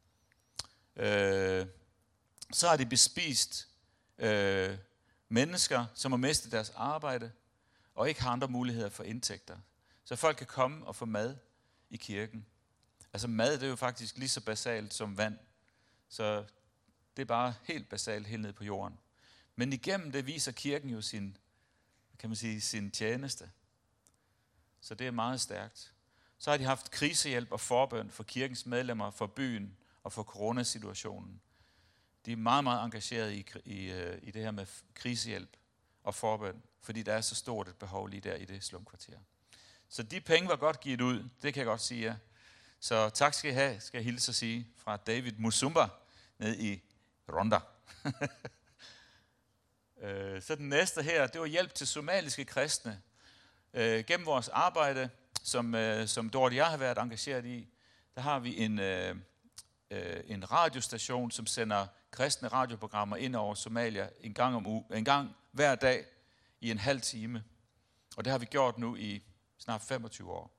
Så har de bespist mennesker, som har mistet deres arbejde, og ikke har andre muligheder for indtægter. Så folk kan komme og få mad i kirken. Altså mad, det er jo faktisk lige så basalt som vand. Så det er bare helt basalt helt ned på jorden. Men igennem det viser kirken jo sin tjeneste. Så det er meget stærkt. Så har de haft krisehjælp og forbøn for kirkens medlemmer, for byen og for coronasituationen. De er meget, meget engageret i det her med krisehjælp og forbøn, fordi der er så stort et behov lige der i det slumkvarter. Så de penge var godt givet ud, det kan jeg godt sige jer. Så tak skal I have, skal jeg hilse at sige, fra David Musumba ned i Rwanda. Så den næste her, det var hjælp til somaliske kristne. Gennem vores arbejde, som Dorte og jeg har været engageret i, der har vi en radiostation, som sender kristne radioprogrammer ind over Somalia en gang hver dag i en halv time. Og det har vi gjort nu i snart 25 år.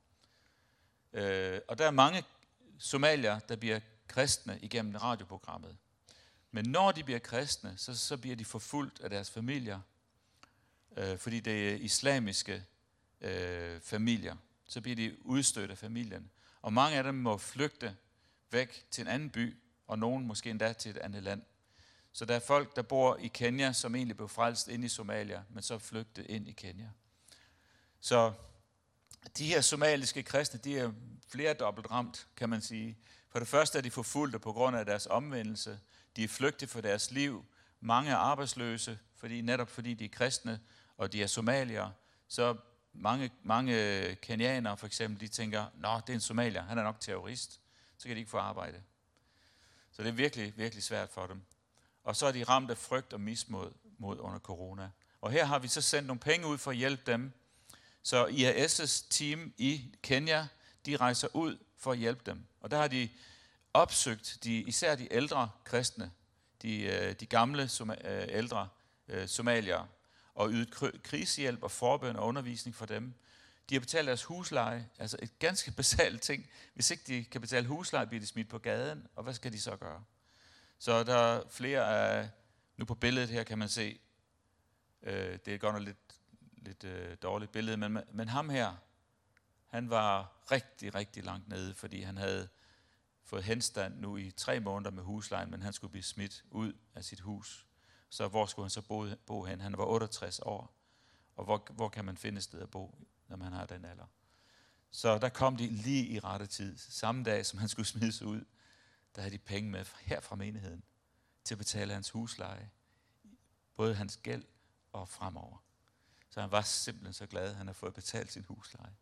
Og der er mange somalier, der bliver kristne igennem radioprogrammet. Men når de bliver kristne, så bliver de forfulgt af deres familier, fordi det er islamiske familier. Så bliver de udstødt af familien. Og mange af dem må flygte væk til en anden by, og nogen måske endda til et andet land. Så der er folk, der bor i Kenya, som egentlig blev frelst ind i Somalia, men så flygtede ind i Kenya. Så de her somaliske kristne, de er flerdobbelt ramt, kan man sige. For det første er de forfulgte på grund af deres omvendelse. De er flygtet for deres liv. Mange er arbejdsløse, fordi de er kristne, og de er somaliere. Så mange kenianere for eksempel, de tænker, nå, det er en somalier, han er nok terrorist. Så kan de ikke få arbejde. Så det er virkelig, virkelig svært for dem. Og så er de ramt af frygt og mismod under corona. Og her har vi så sendt nogle penge ud for at hjælpe dem. Så IAS' team i Kenya, de rejser ud for at hjælpe dem. Og der har de opsøgt især de ældre kristne, de gamle ældre somaliere, og ydet krisehjælp og forbøn og undervisning for dem. De har betalt deres husleje, altså et ganske basalt ting. Hvis ikke de kan betale husleje, bliver de smidt på gaden, og hvad skal de så gøre? Så der er flere af, nu på billedet her kan man se, det er godt nok lidt dårligt billede, men ham her, han var rigtig, rigtig langt nede, fordi han havde fået henstand nu i 3 måneder med huslejen, men han skulle blive smidt ud af sit hus. Så hvor skulle han så bo hen? Han var 68 år, og hvor kan man finde et sted at bo, når man har den alder? Så der kom de lige i rette tid, samme dag som han skulle smides ud, der havde de penge med her fra menigheden til at betale hans husleje, både hans gæld og fremover. Så han var simpelthen så glad, at han har fået betalt sin husleje.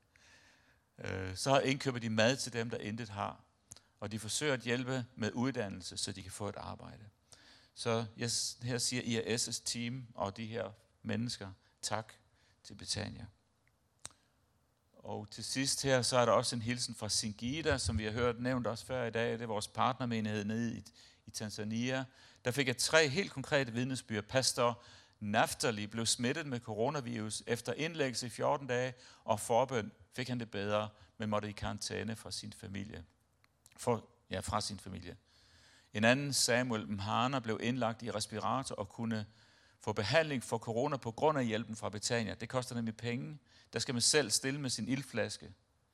Så indkøber de mad til dem, der intet har, og de forsøger at hjælpe med uddannelse, så de kan få et arbejde. Så her siger IAS' team og de her mennesker tak til Betania. Og til sidst her, så er der også en hilsen fra Singida, som vi har hørt nævnt også før i dag. Det er vores partnermenighed nede i Tanzania. Der fik jeg 3 helt konkrete vidnesbyrd. Pastor Naftali blev smittet med coronavirus efter indlæggelse i 14 dage, og forbøn fik han det bedre, men måtte i karantæne fra sin familie. Fra sin familie. En anden, Samuel Mhana, blev indlagt i respirator og kunne få behandling for corona på grund af hjælpen fra Betania. Det koster nemlig penge. Der skal man selv stille med sin iltflaske.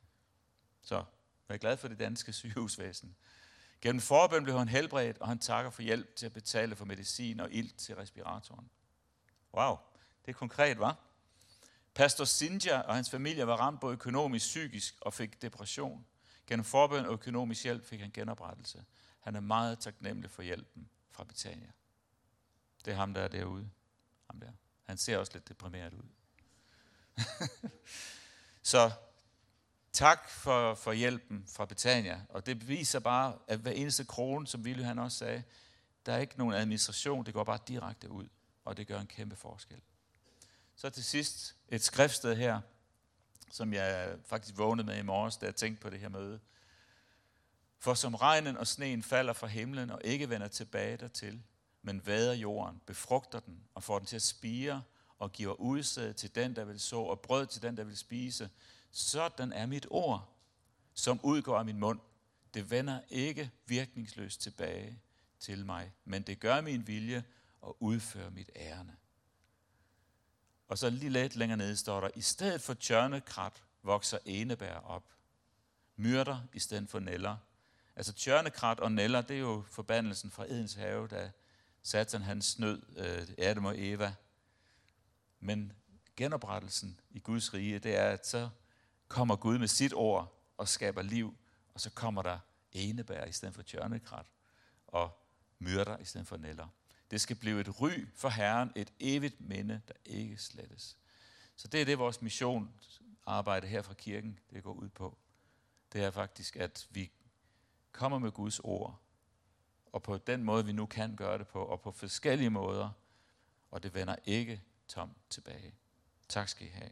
Så vær glad for det danske sygehusvæsen. Gennem forbøn blev han helbredt, og han takker for hjælp til at betale for medicin og ilt til respiratoren. Wow, det er konkret, hva'? Pastor Sinja og hans familie var ramt både økonomisk, psykisk og fik depression. Gennem forbøn og økonomisk hjælp fik han genoprettelse. Han er meget taknemmelig for hjælpen fra Betania. Det er ham, der er derude. Ham der. Han ser også lidt deprimeret ud. Så Tak for hjælpen fra Betania. Og det viser bare, at hver eneste krone, som Willy han også sagde, der er ikke nogen administration, det går bare direkte ud, og det gør en kæmpe forskel. Så til sidst et skriftsted her, som jeg faktisk vågnede med i morges, da jeg tænkte på det her møde. For som regnen og sneen falder fra himlen og ikke vender tilbage dertil, men vader jorden, befrugter den og får den til at spire og giver udsæd til den, der vil så, og brød til den, der vil spise. Sådan er mit ord, som udgår af min mund. Det vender ikke virkningsløst tilbage til mig, men det gør min vilje og udfører mit ærne. Og så lige lidt længere nede står der, i stedet for tjørnekrat vokser enebær op. Myrter i stedet for nælder. Altså tjørnekrat og nælder, det er jo forbandelsen fra Edens have, da Satan han snød Adam og Eva. Men genoprettelsen i Guds rige, det er, at så kommer Gud med sit ord og skaber liv, og så kommer der enebær i stedet for tjørnekrat, og myrter i stedet for nælder. Det skal blive et ry for Herren, et evigt minde, der ikke slettes. Så det er det, vores missionsarbejde her fra kirken, det går ud på. Det er faktisk, at vi kommer med Guds ord, og på den måde, vi nu kan gøre det på, og på forskellige måder, og det vender ikke tomt tilbage. Tak skal I have.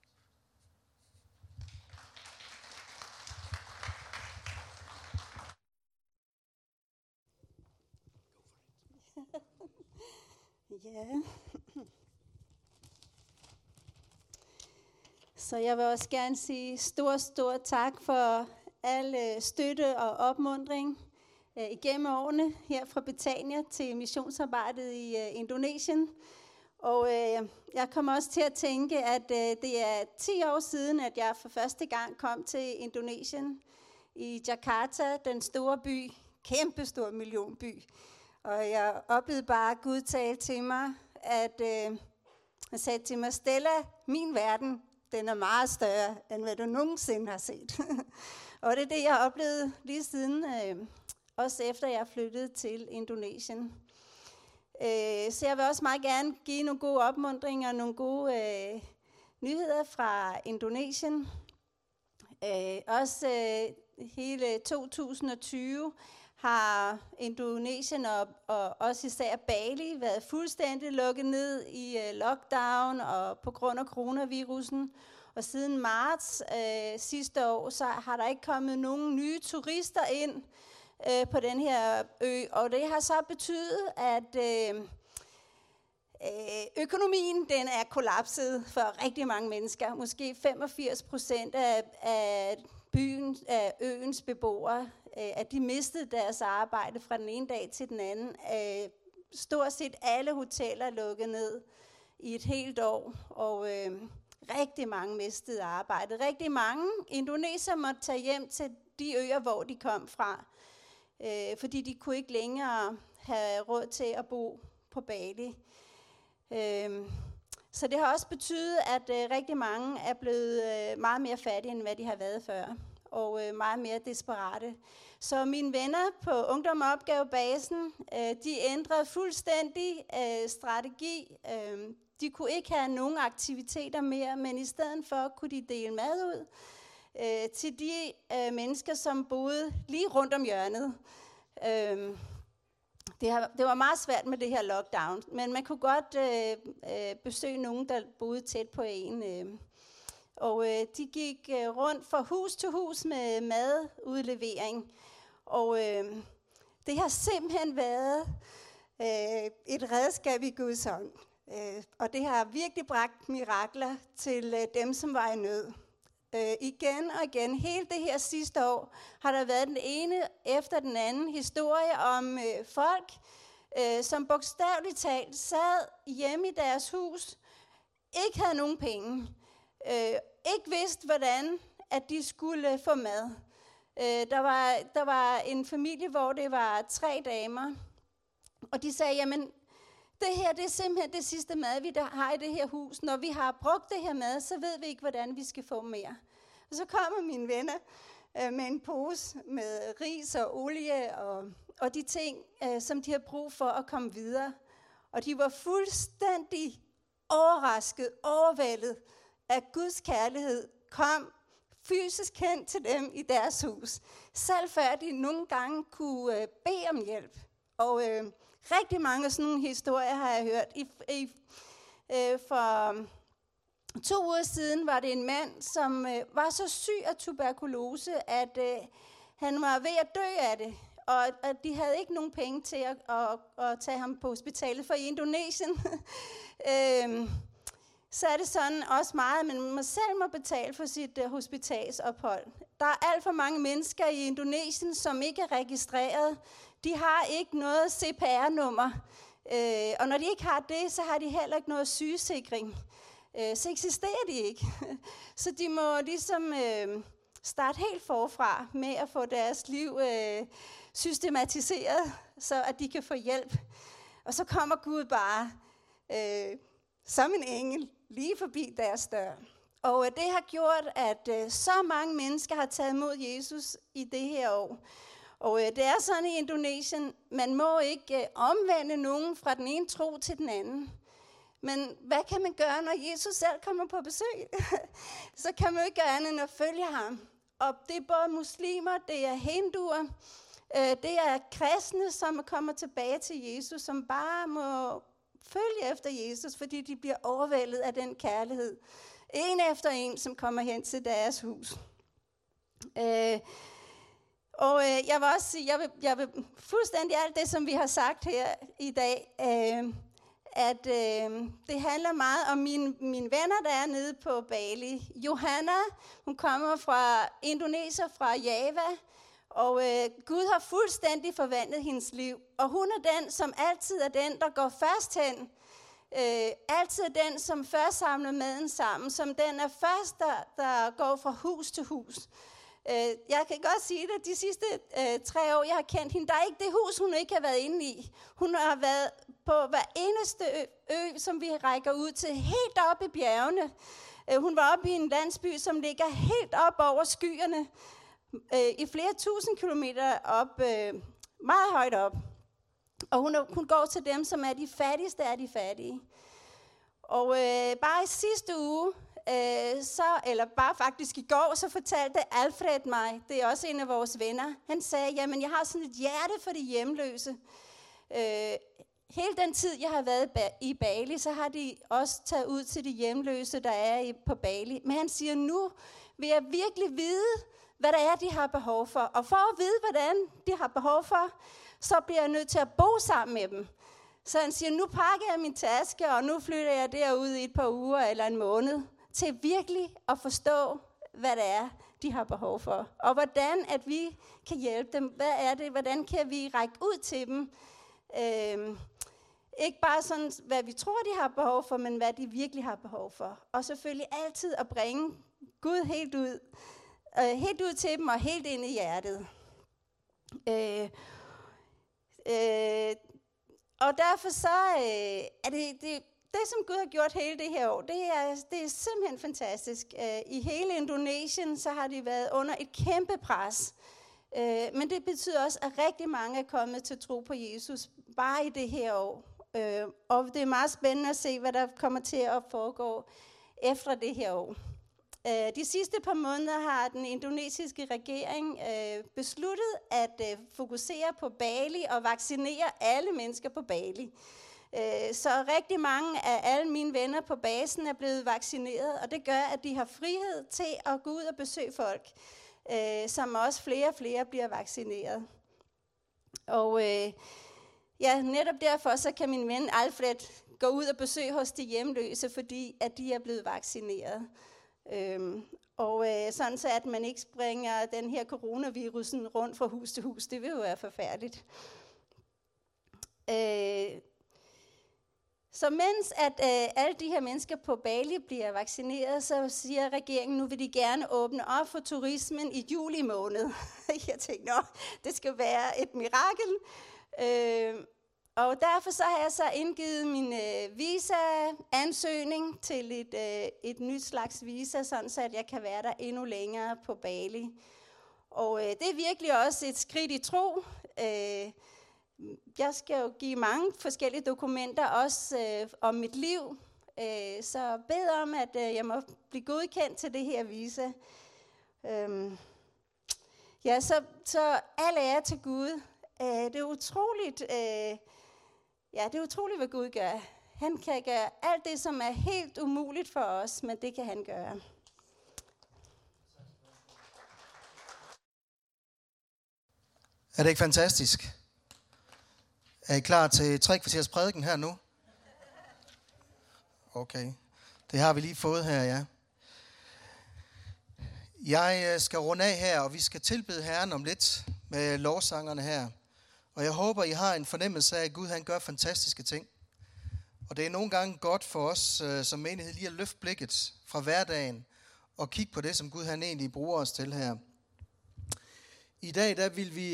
Ja. Så jeg vil også gerne sige stor tak for al støtte og opmuntring igennem årene her fra Betania til missionsarbejdet i Indonesien. Og jeg kommer også til at tænke, at det er 10 år siden, at jeg for første gang kom til Indonesien i Jakarta, den store by, kæmpestor millionby. Og jeg oplevede bare, at Gud talte til mig, at han sagde til mig, Stella, min verden, den er meget større, end hvad du nogensinde har set. Og det er det, jeg har oplevet lige siden, også efter jeg flyttede til Indonesien. Så jeg vil også meget gerne give nogle gode opmuntringer og nogle gode nyheder fra Indonesien. Også hele 2020 har Indonesien og også især Bali været fuldstændig lukket ned i lockdown og på grund af coronavirusen. Og siden marts sidste år, så har der ikke kommet nogen nye turister ind på den her ø. Og det har så betydet, at økonomien den er kollapset for rigtig mange mennesker. Måske 85% af øens beboere, at de mistede deres arbejde fra den ene dag til den anden. Stort set alle hoteller er lukket ned i et helt år, og rigtig mange mistede arbejde. Rigtig mange indonesere måtte tage hjem til de øer, hvor de kom fra, fordi de kunne ikke længere have råd til at bo på Bali. Så det har også betydet, at rigtig mange er blevet meget mere fattige, end hvad de har været før, og meget mere desperate. Så mine venner på Ungdom og Opgavebasen, de ændrede fuldstændig strategi. De kunne ikke have nogen aktiviteter mere, men i stedet for kunne de dele mad ud til de mennesker, som boede lige rundt om hjørnet. Det var meget svært med det her lockdown, men man kunne godt besøge nogen, der boede tæt på en. Og de gik rundt fra hus til hus med madudlevering. Og det har simpelthen været et redskab i Guds hånd. Og det har virkelig bragt mirakler til dem, som var i nød. Igen og igen, hele det her sidste år, har der været den ene efter den anden historie om folk, som bogstaveligt talt sad hjemme i deres hus, ikke havde nogen penge, ikke vidste, hvordan at de skulle få mad. Der var en familie, hvor det var 3 damer, og de sagde, jamen, det her det er simpelthen det sidste mad, vi har i det her hus. Når vi har brugt det her mad, så ved vi ikke, hvordan vi skal få mere. Og så kommer mine venner med en pose med ris og olie og de ting, som de har brug for at komme videre. Og de var fuldstændig overrasket, overvældet, at Guds kærlighed kom fysisk hen til dem i deres hus. Selv før de nogle gange kunne bede om hjælp. Og rigtig mange af sådan nogle historier har jeg hørt. For 2 uger siden var det en mand, som var så syg af tuberkulose, at han var ved at dø af det. Og at de havde ikke nogen penge til at tage ham på hospitalet. For i Indonesien, så er det sådan også meget, men man selv må betale for sit hospitalsophold. Der er alt for mange mennesker i Indonesien, som ikke er registreret. De har ikke noget CPR-nummer. Og når de ikke har det, så har de heller ikke noget sygesikring. Så eksisterer de ikke. Så de må ligesom starte helt forfra med at få deres liv systematiseret, så at de kan få hjælp. Og så kommer Gud bare som en engel lige forbi deres dør. Og det har gjort, at så mange mennesker har taget imod Jesus i det her år. Og det er sådan i Indonesien, man må ikke omvende nogen fra den ene tro til den anden. Men hvad kan man gøre, når Jesus selv kommer på besøg? Så kan man jo ikke gøre andet end at følge ham. Og det er både muslimer, det er hinduer, det er kristne, som kommer tilbage til Jesus, som bare må følge efter Jesus, fordi de bliver overvældet af den kærlighed. En efter en, som kommer hen til deres hus. Jeg vil også sige, jeg vil fuldstændig alt det, som vi har sagt her i dag, at det handler meget om mine venner, der er nede på Bali. Johanna, hun kommer fra Indonesien, fra Java, og Gud har fuldstændig forvandlet hendes liv. Og hun er den, som altid er den, der går først hen. Altid er den, som først samler maden sammen, som den er først, der går fra hus til hus. Jeg kan godt sige det, de sidste 3 år, jeg har kendt hende, der er ikke det hus, hun ikke har været inde i. Hun har været på hver eneste ø, som vi rækker ud til, helt op i bjergene. Hun var oppe i en landsby, som ligger helt op over skyerne, i flere tusind kilometer op, meget højt op. Og hun går til dem, som er de fattigste af de fattige. Og bare i sidste uge, eller bare faktisk i går, så fortalte Alfred mig, det er også en af vores venner, han sagde, jamen jeg har sådan et hjerte for de hjemløse. Hele den tid, jeg har været i Bali, så har de også taget ud til de hjemløse, der er på Bali. Men han siger, nu vil jeg virkelig vide, hvad der er, de har behov for. Og for at vide, hvordan de har behov for, så bliver jeg nødt til at bo sammen med dem. Så han siger, nu pakker jeg min taske, og nu flytter jeg derud i et par uger eller en måned, til virkelig at forstå, hvad det er, de har behov for. Og hvordan at vi kan hjælpe dem. Hvad er det? Hvordan kan vi række ud til dem? Ikke bare sådan, hvad vi tror, de har behov for, men hvad de virkelig har behov for. Og selvfølgelig altid at bringe Gud helt ud til dem og helt ind i hjertet. Og derfor så er det, som Gud har gjort hele det her år, det er simpelthen fantastisk. I hele Indonesien, så har de været under et kæmpe pres. Men det betyder også, at rigtig mange er kommet til tro på Jesus, bare i det her år. Og det er meget spændende at se, hvad der kommer til at foregå efter det her år. De sidste par måneder har den indonesiske regering besluttet at fokusere på Bali og vaccinere alle mennesker på Bali. Så rigtig mange af alle mine venner på basen er blevet vaccineret, og det gør, at de har frihed til at gå ud og besøge folk, som også flere og flere bliver vaccineret. Og netop derfor så kan min ven Alfred gå ud og besøge hos de hjemløse, fordi at de er blevet vaccineret. Sådan så at man ikke springer den her coronavirusen rundt fra hus til hus, det vil jo være forfærdeligt. Så mens at alle de her mennesker på Bali bliver vaccineret, så siger regeringen, nu vil de gerne åbne op for turismen i juli måned. Jeg tænkte, det skal være et mirakel. Og derfor så har jeg så indgivet min visa-ansøgning til et nyt slags visa, sådan så at jeg kan være der endnu længere på Bali. Og det er virkelig også et skridt i tro. Jeg skal jo give mange forskellige dokumenter, også om mit liv. Så bed om, at jeg må blive godkendt til det her visa. Ja, så al ære til Gud. Det er utroligt, det er utroligt, hvad Gud gør. Han kan gøre alt det, som er helt umuligt for os, men det kan han gøre. Er det ikke fantastisk? Er I klar til 3 kvarters prædiken her nu? Okay, det har vi lige fået her, ja. Jeg skal runde af her, og vi skal tilbede Herren om lidt med lovsangerne her. Og jeg håber, I har en fornemmelse af, at Gud han gør fantastiske ting. Og det er nogle gange godt for os som menighed lige at løfte blikket fra hverdagen og kigge på det, som Gud han egentlig bruger os til her. I dag der vil vi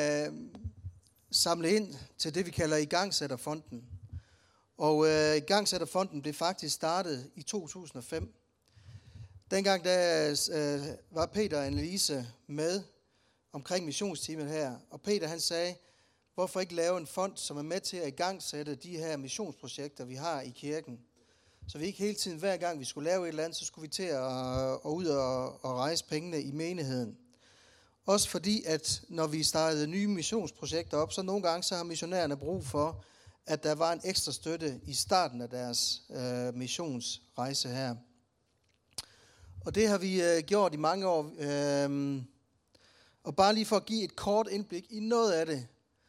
samle ind til det, vi kalder Igangsætterfonden. Og Igangsætterfonden blev faktisk startet i 2005. Dengang der var Peter og Annelise med omkring missionsteamet her. Og Peter han sagde, hvorfor ikke lave en fond, som er med til at igangsætte de her missionsprojekter, vi har i kirken. Så vi ikke hele tiden, hver gang vi skulle lave et eller andet, så skulle vi til at ud og rejse pengene i menigheden. Også fordi, at når vi startede nye missionsprojekter op, så nogle gange så har missionærerne brug for, at der var en ekstra støtte i starten af deres missionsrejse her. Og det har vi gjort i mange år. Og bare lige for at give et kort indblik i noget af det.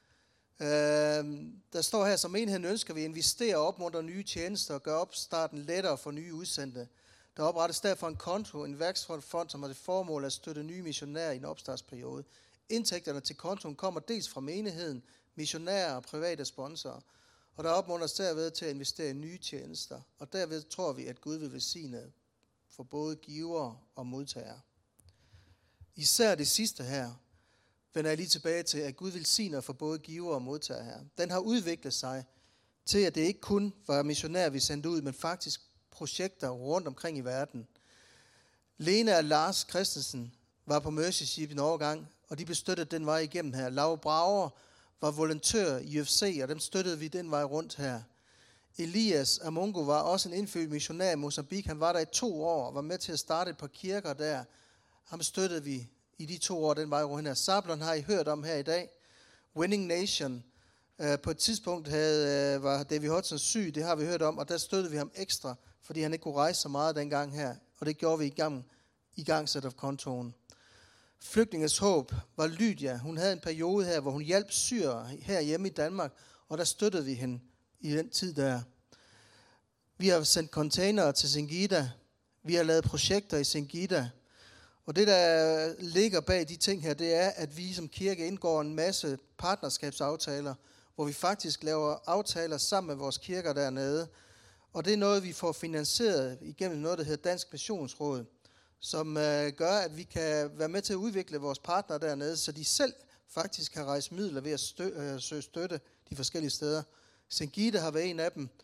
Der står her, som menigheden ønsker vi at investere og opmuntre nye tjenester og gøre opstarten lettere for nye udsendte. Der oprettes derfor en konto, en værksfond, som har det formål at støtte nye missionærer i en opstartsperiode. Indtægterne til kontoen kommer dels fra menigheden, missionærer og private sponsorer. Og der opmuntres derved til at investere i nye tjenester. Og derved tror vi, at Gud vil velsigne for både givere og modtagere. Især det sidste her, vender jeg lige tilbage til, at Gud velsigner for både givere og modtagere her. Den har udviklet sig til, at det ikke kun var missionærer, vi sendte ud, men faktisk projekter rundt omkring i verden. Lena og Lars Christensen var på Mercyship en overgang, og de blev støttet den vej igennem her. Laura Brager var volontør i UFC, og dem støttede vi den vej rundt her. Elias Amongo var også en indfødt missionær i Mozambique. Han var der i 2 år og var med til at starte et par kirker der. Ham støttede vi i de 2 år den vej rundt her. Sablon har I hørt om her i dag. Winning Nation. På et tidspunkt var David Hudson syg, det har vi hørt om, og der støttede vi ham ekstra, fordi han ikke kunne rejse så meget dengang her. Og det gjorde vi i gangsætterkontoen. Flygtninges håb var Lydia. Hun havde en periode her, hvor hun hjalp syrere herhjemme i Danmark, og der støttede vi hende i den tid der. Vi har sendt containere til Singida. Vi har lavet projekter i Singida. Og det, der ligger bag de ting her, det er, at vi som kirke indgår en masse partnerskabsaftaler, hvor vi faktisk laver aftaler sammen med vores kirker dernede. Og det er noget, vi får finansieret igennem noget, der hedder Dansk Missionsråd, som gør, at vi kan være med til at udvikle vores partnere dernede, så de selv faktisk kan rejse midler ved at søge støtte de forskellige steder. Singida har været en af dem.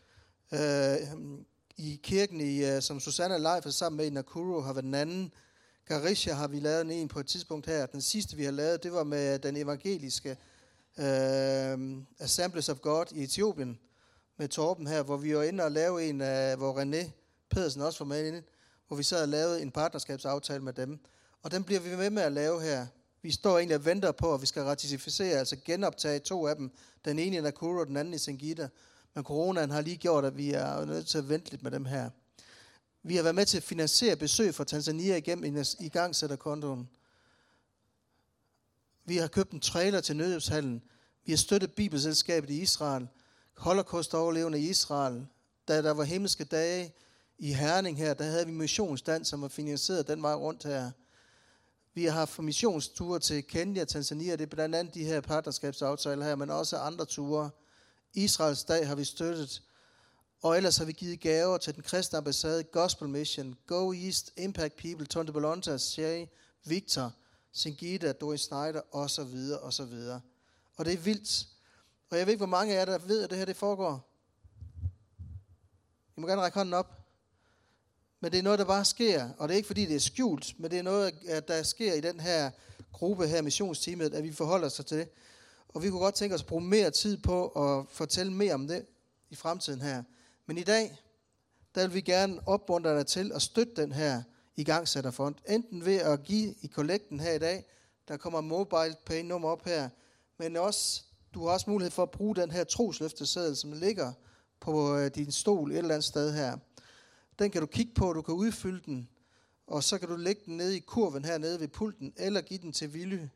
I kirken, som Susanna Leif er sammen med i Nakuru, har været den anden. Garisha har vi lavet en på et tidspunkt her. Den sidste, vi har lavet, det var med den evangeliske Assemblies of God i Etiopien, med Torben her, hvor vi var inde og lave en, hvor René Pedersen også var med inde, hvor vi så og lavede en partnerskabsaftale med dem. Og den bliver vi med at lave her. Vi står egentlig og venter på, at vi skal ratificere, altså genoptage 2 af dem. Den ene i Nakuru og den anden i Singida. Men coronaen har lige gjort, at vi er nødt til at vente lidt med dem her. Vi har været med til at finansiere besøg fra Tanzania igennem igangsætterkontoen. Vi har købt en trailer til nødhjælpshallen. Vi har støttet Bibelselskabet i Israel. Holocaust-overlevende i Israel. Da der var himmelske dage i Herning her, der havde vi missionsstand, som var finansieret den vej rundt her. Vi har haft missionsture til Kenya, Tanzania. Det er blandt andet de her partnerskabsaftaler her, men også andre ture. Israels dag har vi støttet. Og ellers har vi givet gaver til den kristne ambassade, Gospel Mission, Go East, Impact People, Tonde Bolonta, Shay, Victor, Singida, Doris Snyder, osv. osv. Og det er vildt. Og jeg ved ikke, hvor mange af jer, der ved, at det her det foregår. I må gerne række hånden op. Men det er noget, der bare sker. Og det er ikke, fordi det er skjult, men det er noget, der sker i den her gruppe her, missionsteamet, at vi forholder os til det. Og vi kunne godt tænke os at bruge mere tid på at fortælle mere om det i fremtiden her. Men i dag, der vil vi gerne opmuntre dig til at støtte den her igangsætterfond. Enten ved at give i kollekten her i dag, der kommer mobile pay nummer op her, men også, du har også mulighed for at bruge den her trosløfteseddel, som ligger på din stol et eller andet sted her. Den kan du kigge på, du kan udfylde den, og så kan du lægge den nede i kurven hernede ved pulten, eller give den til Willy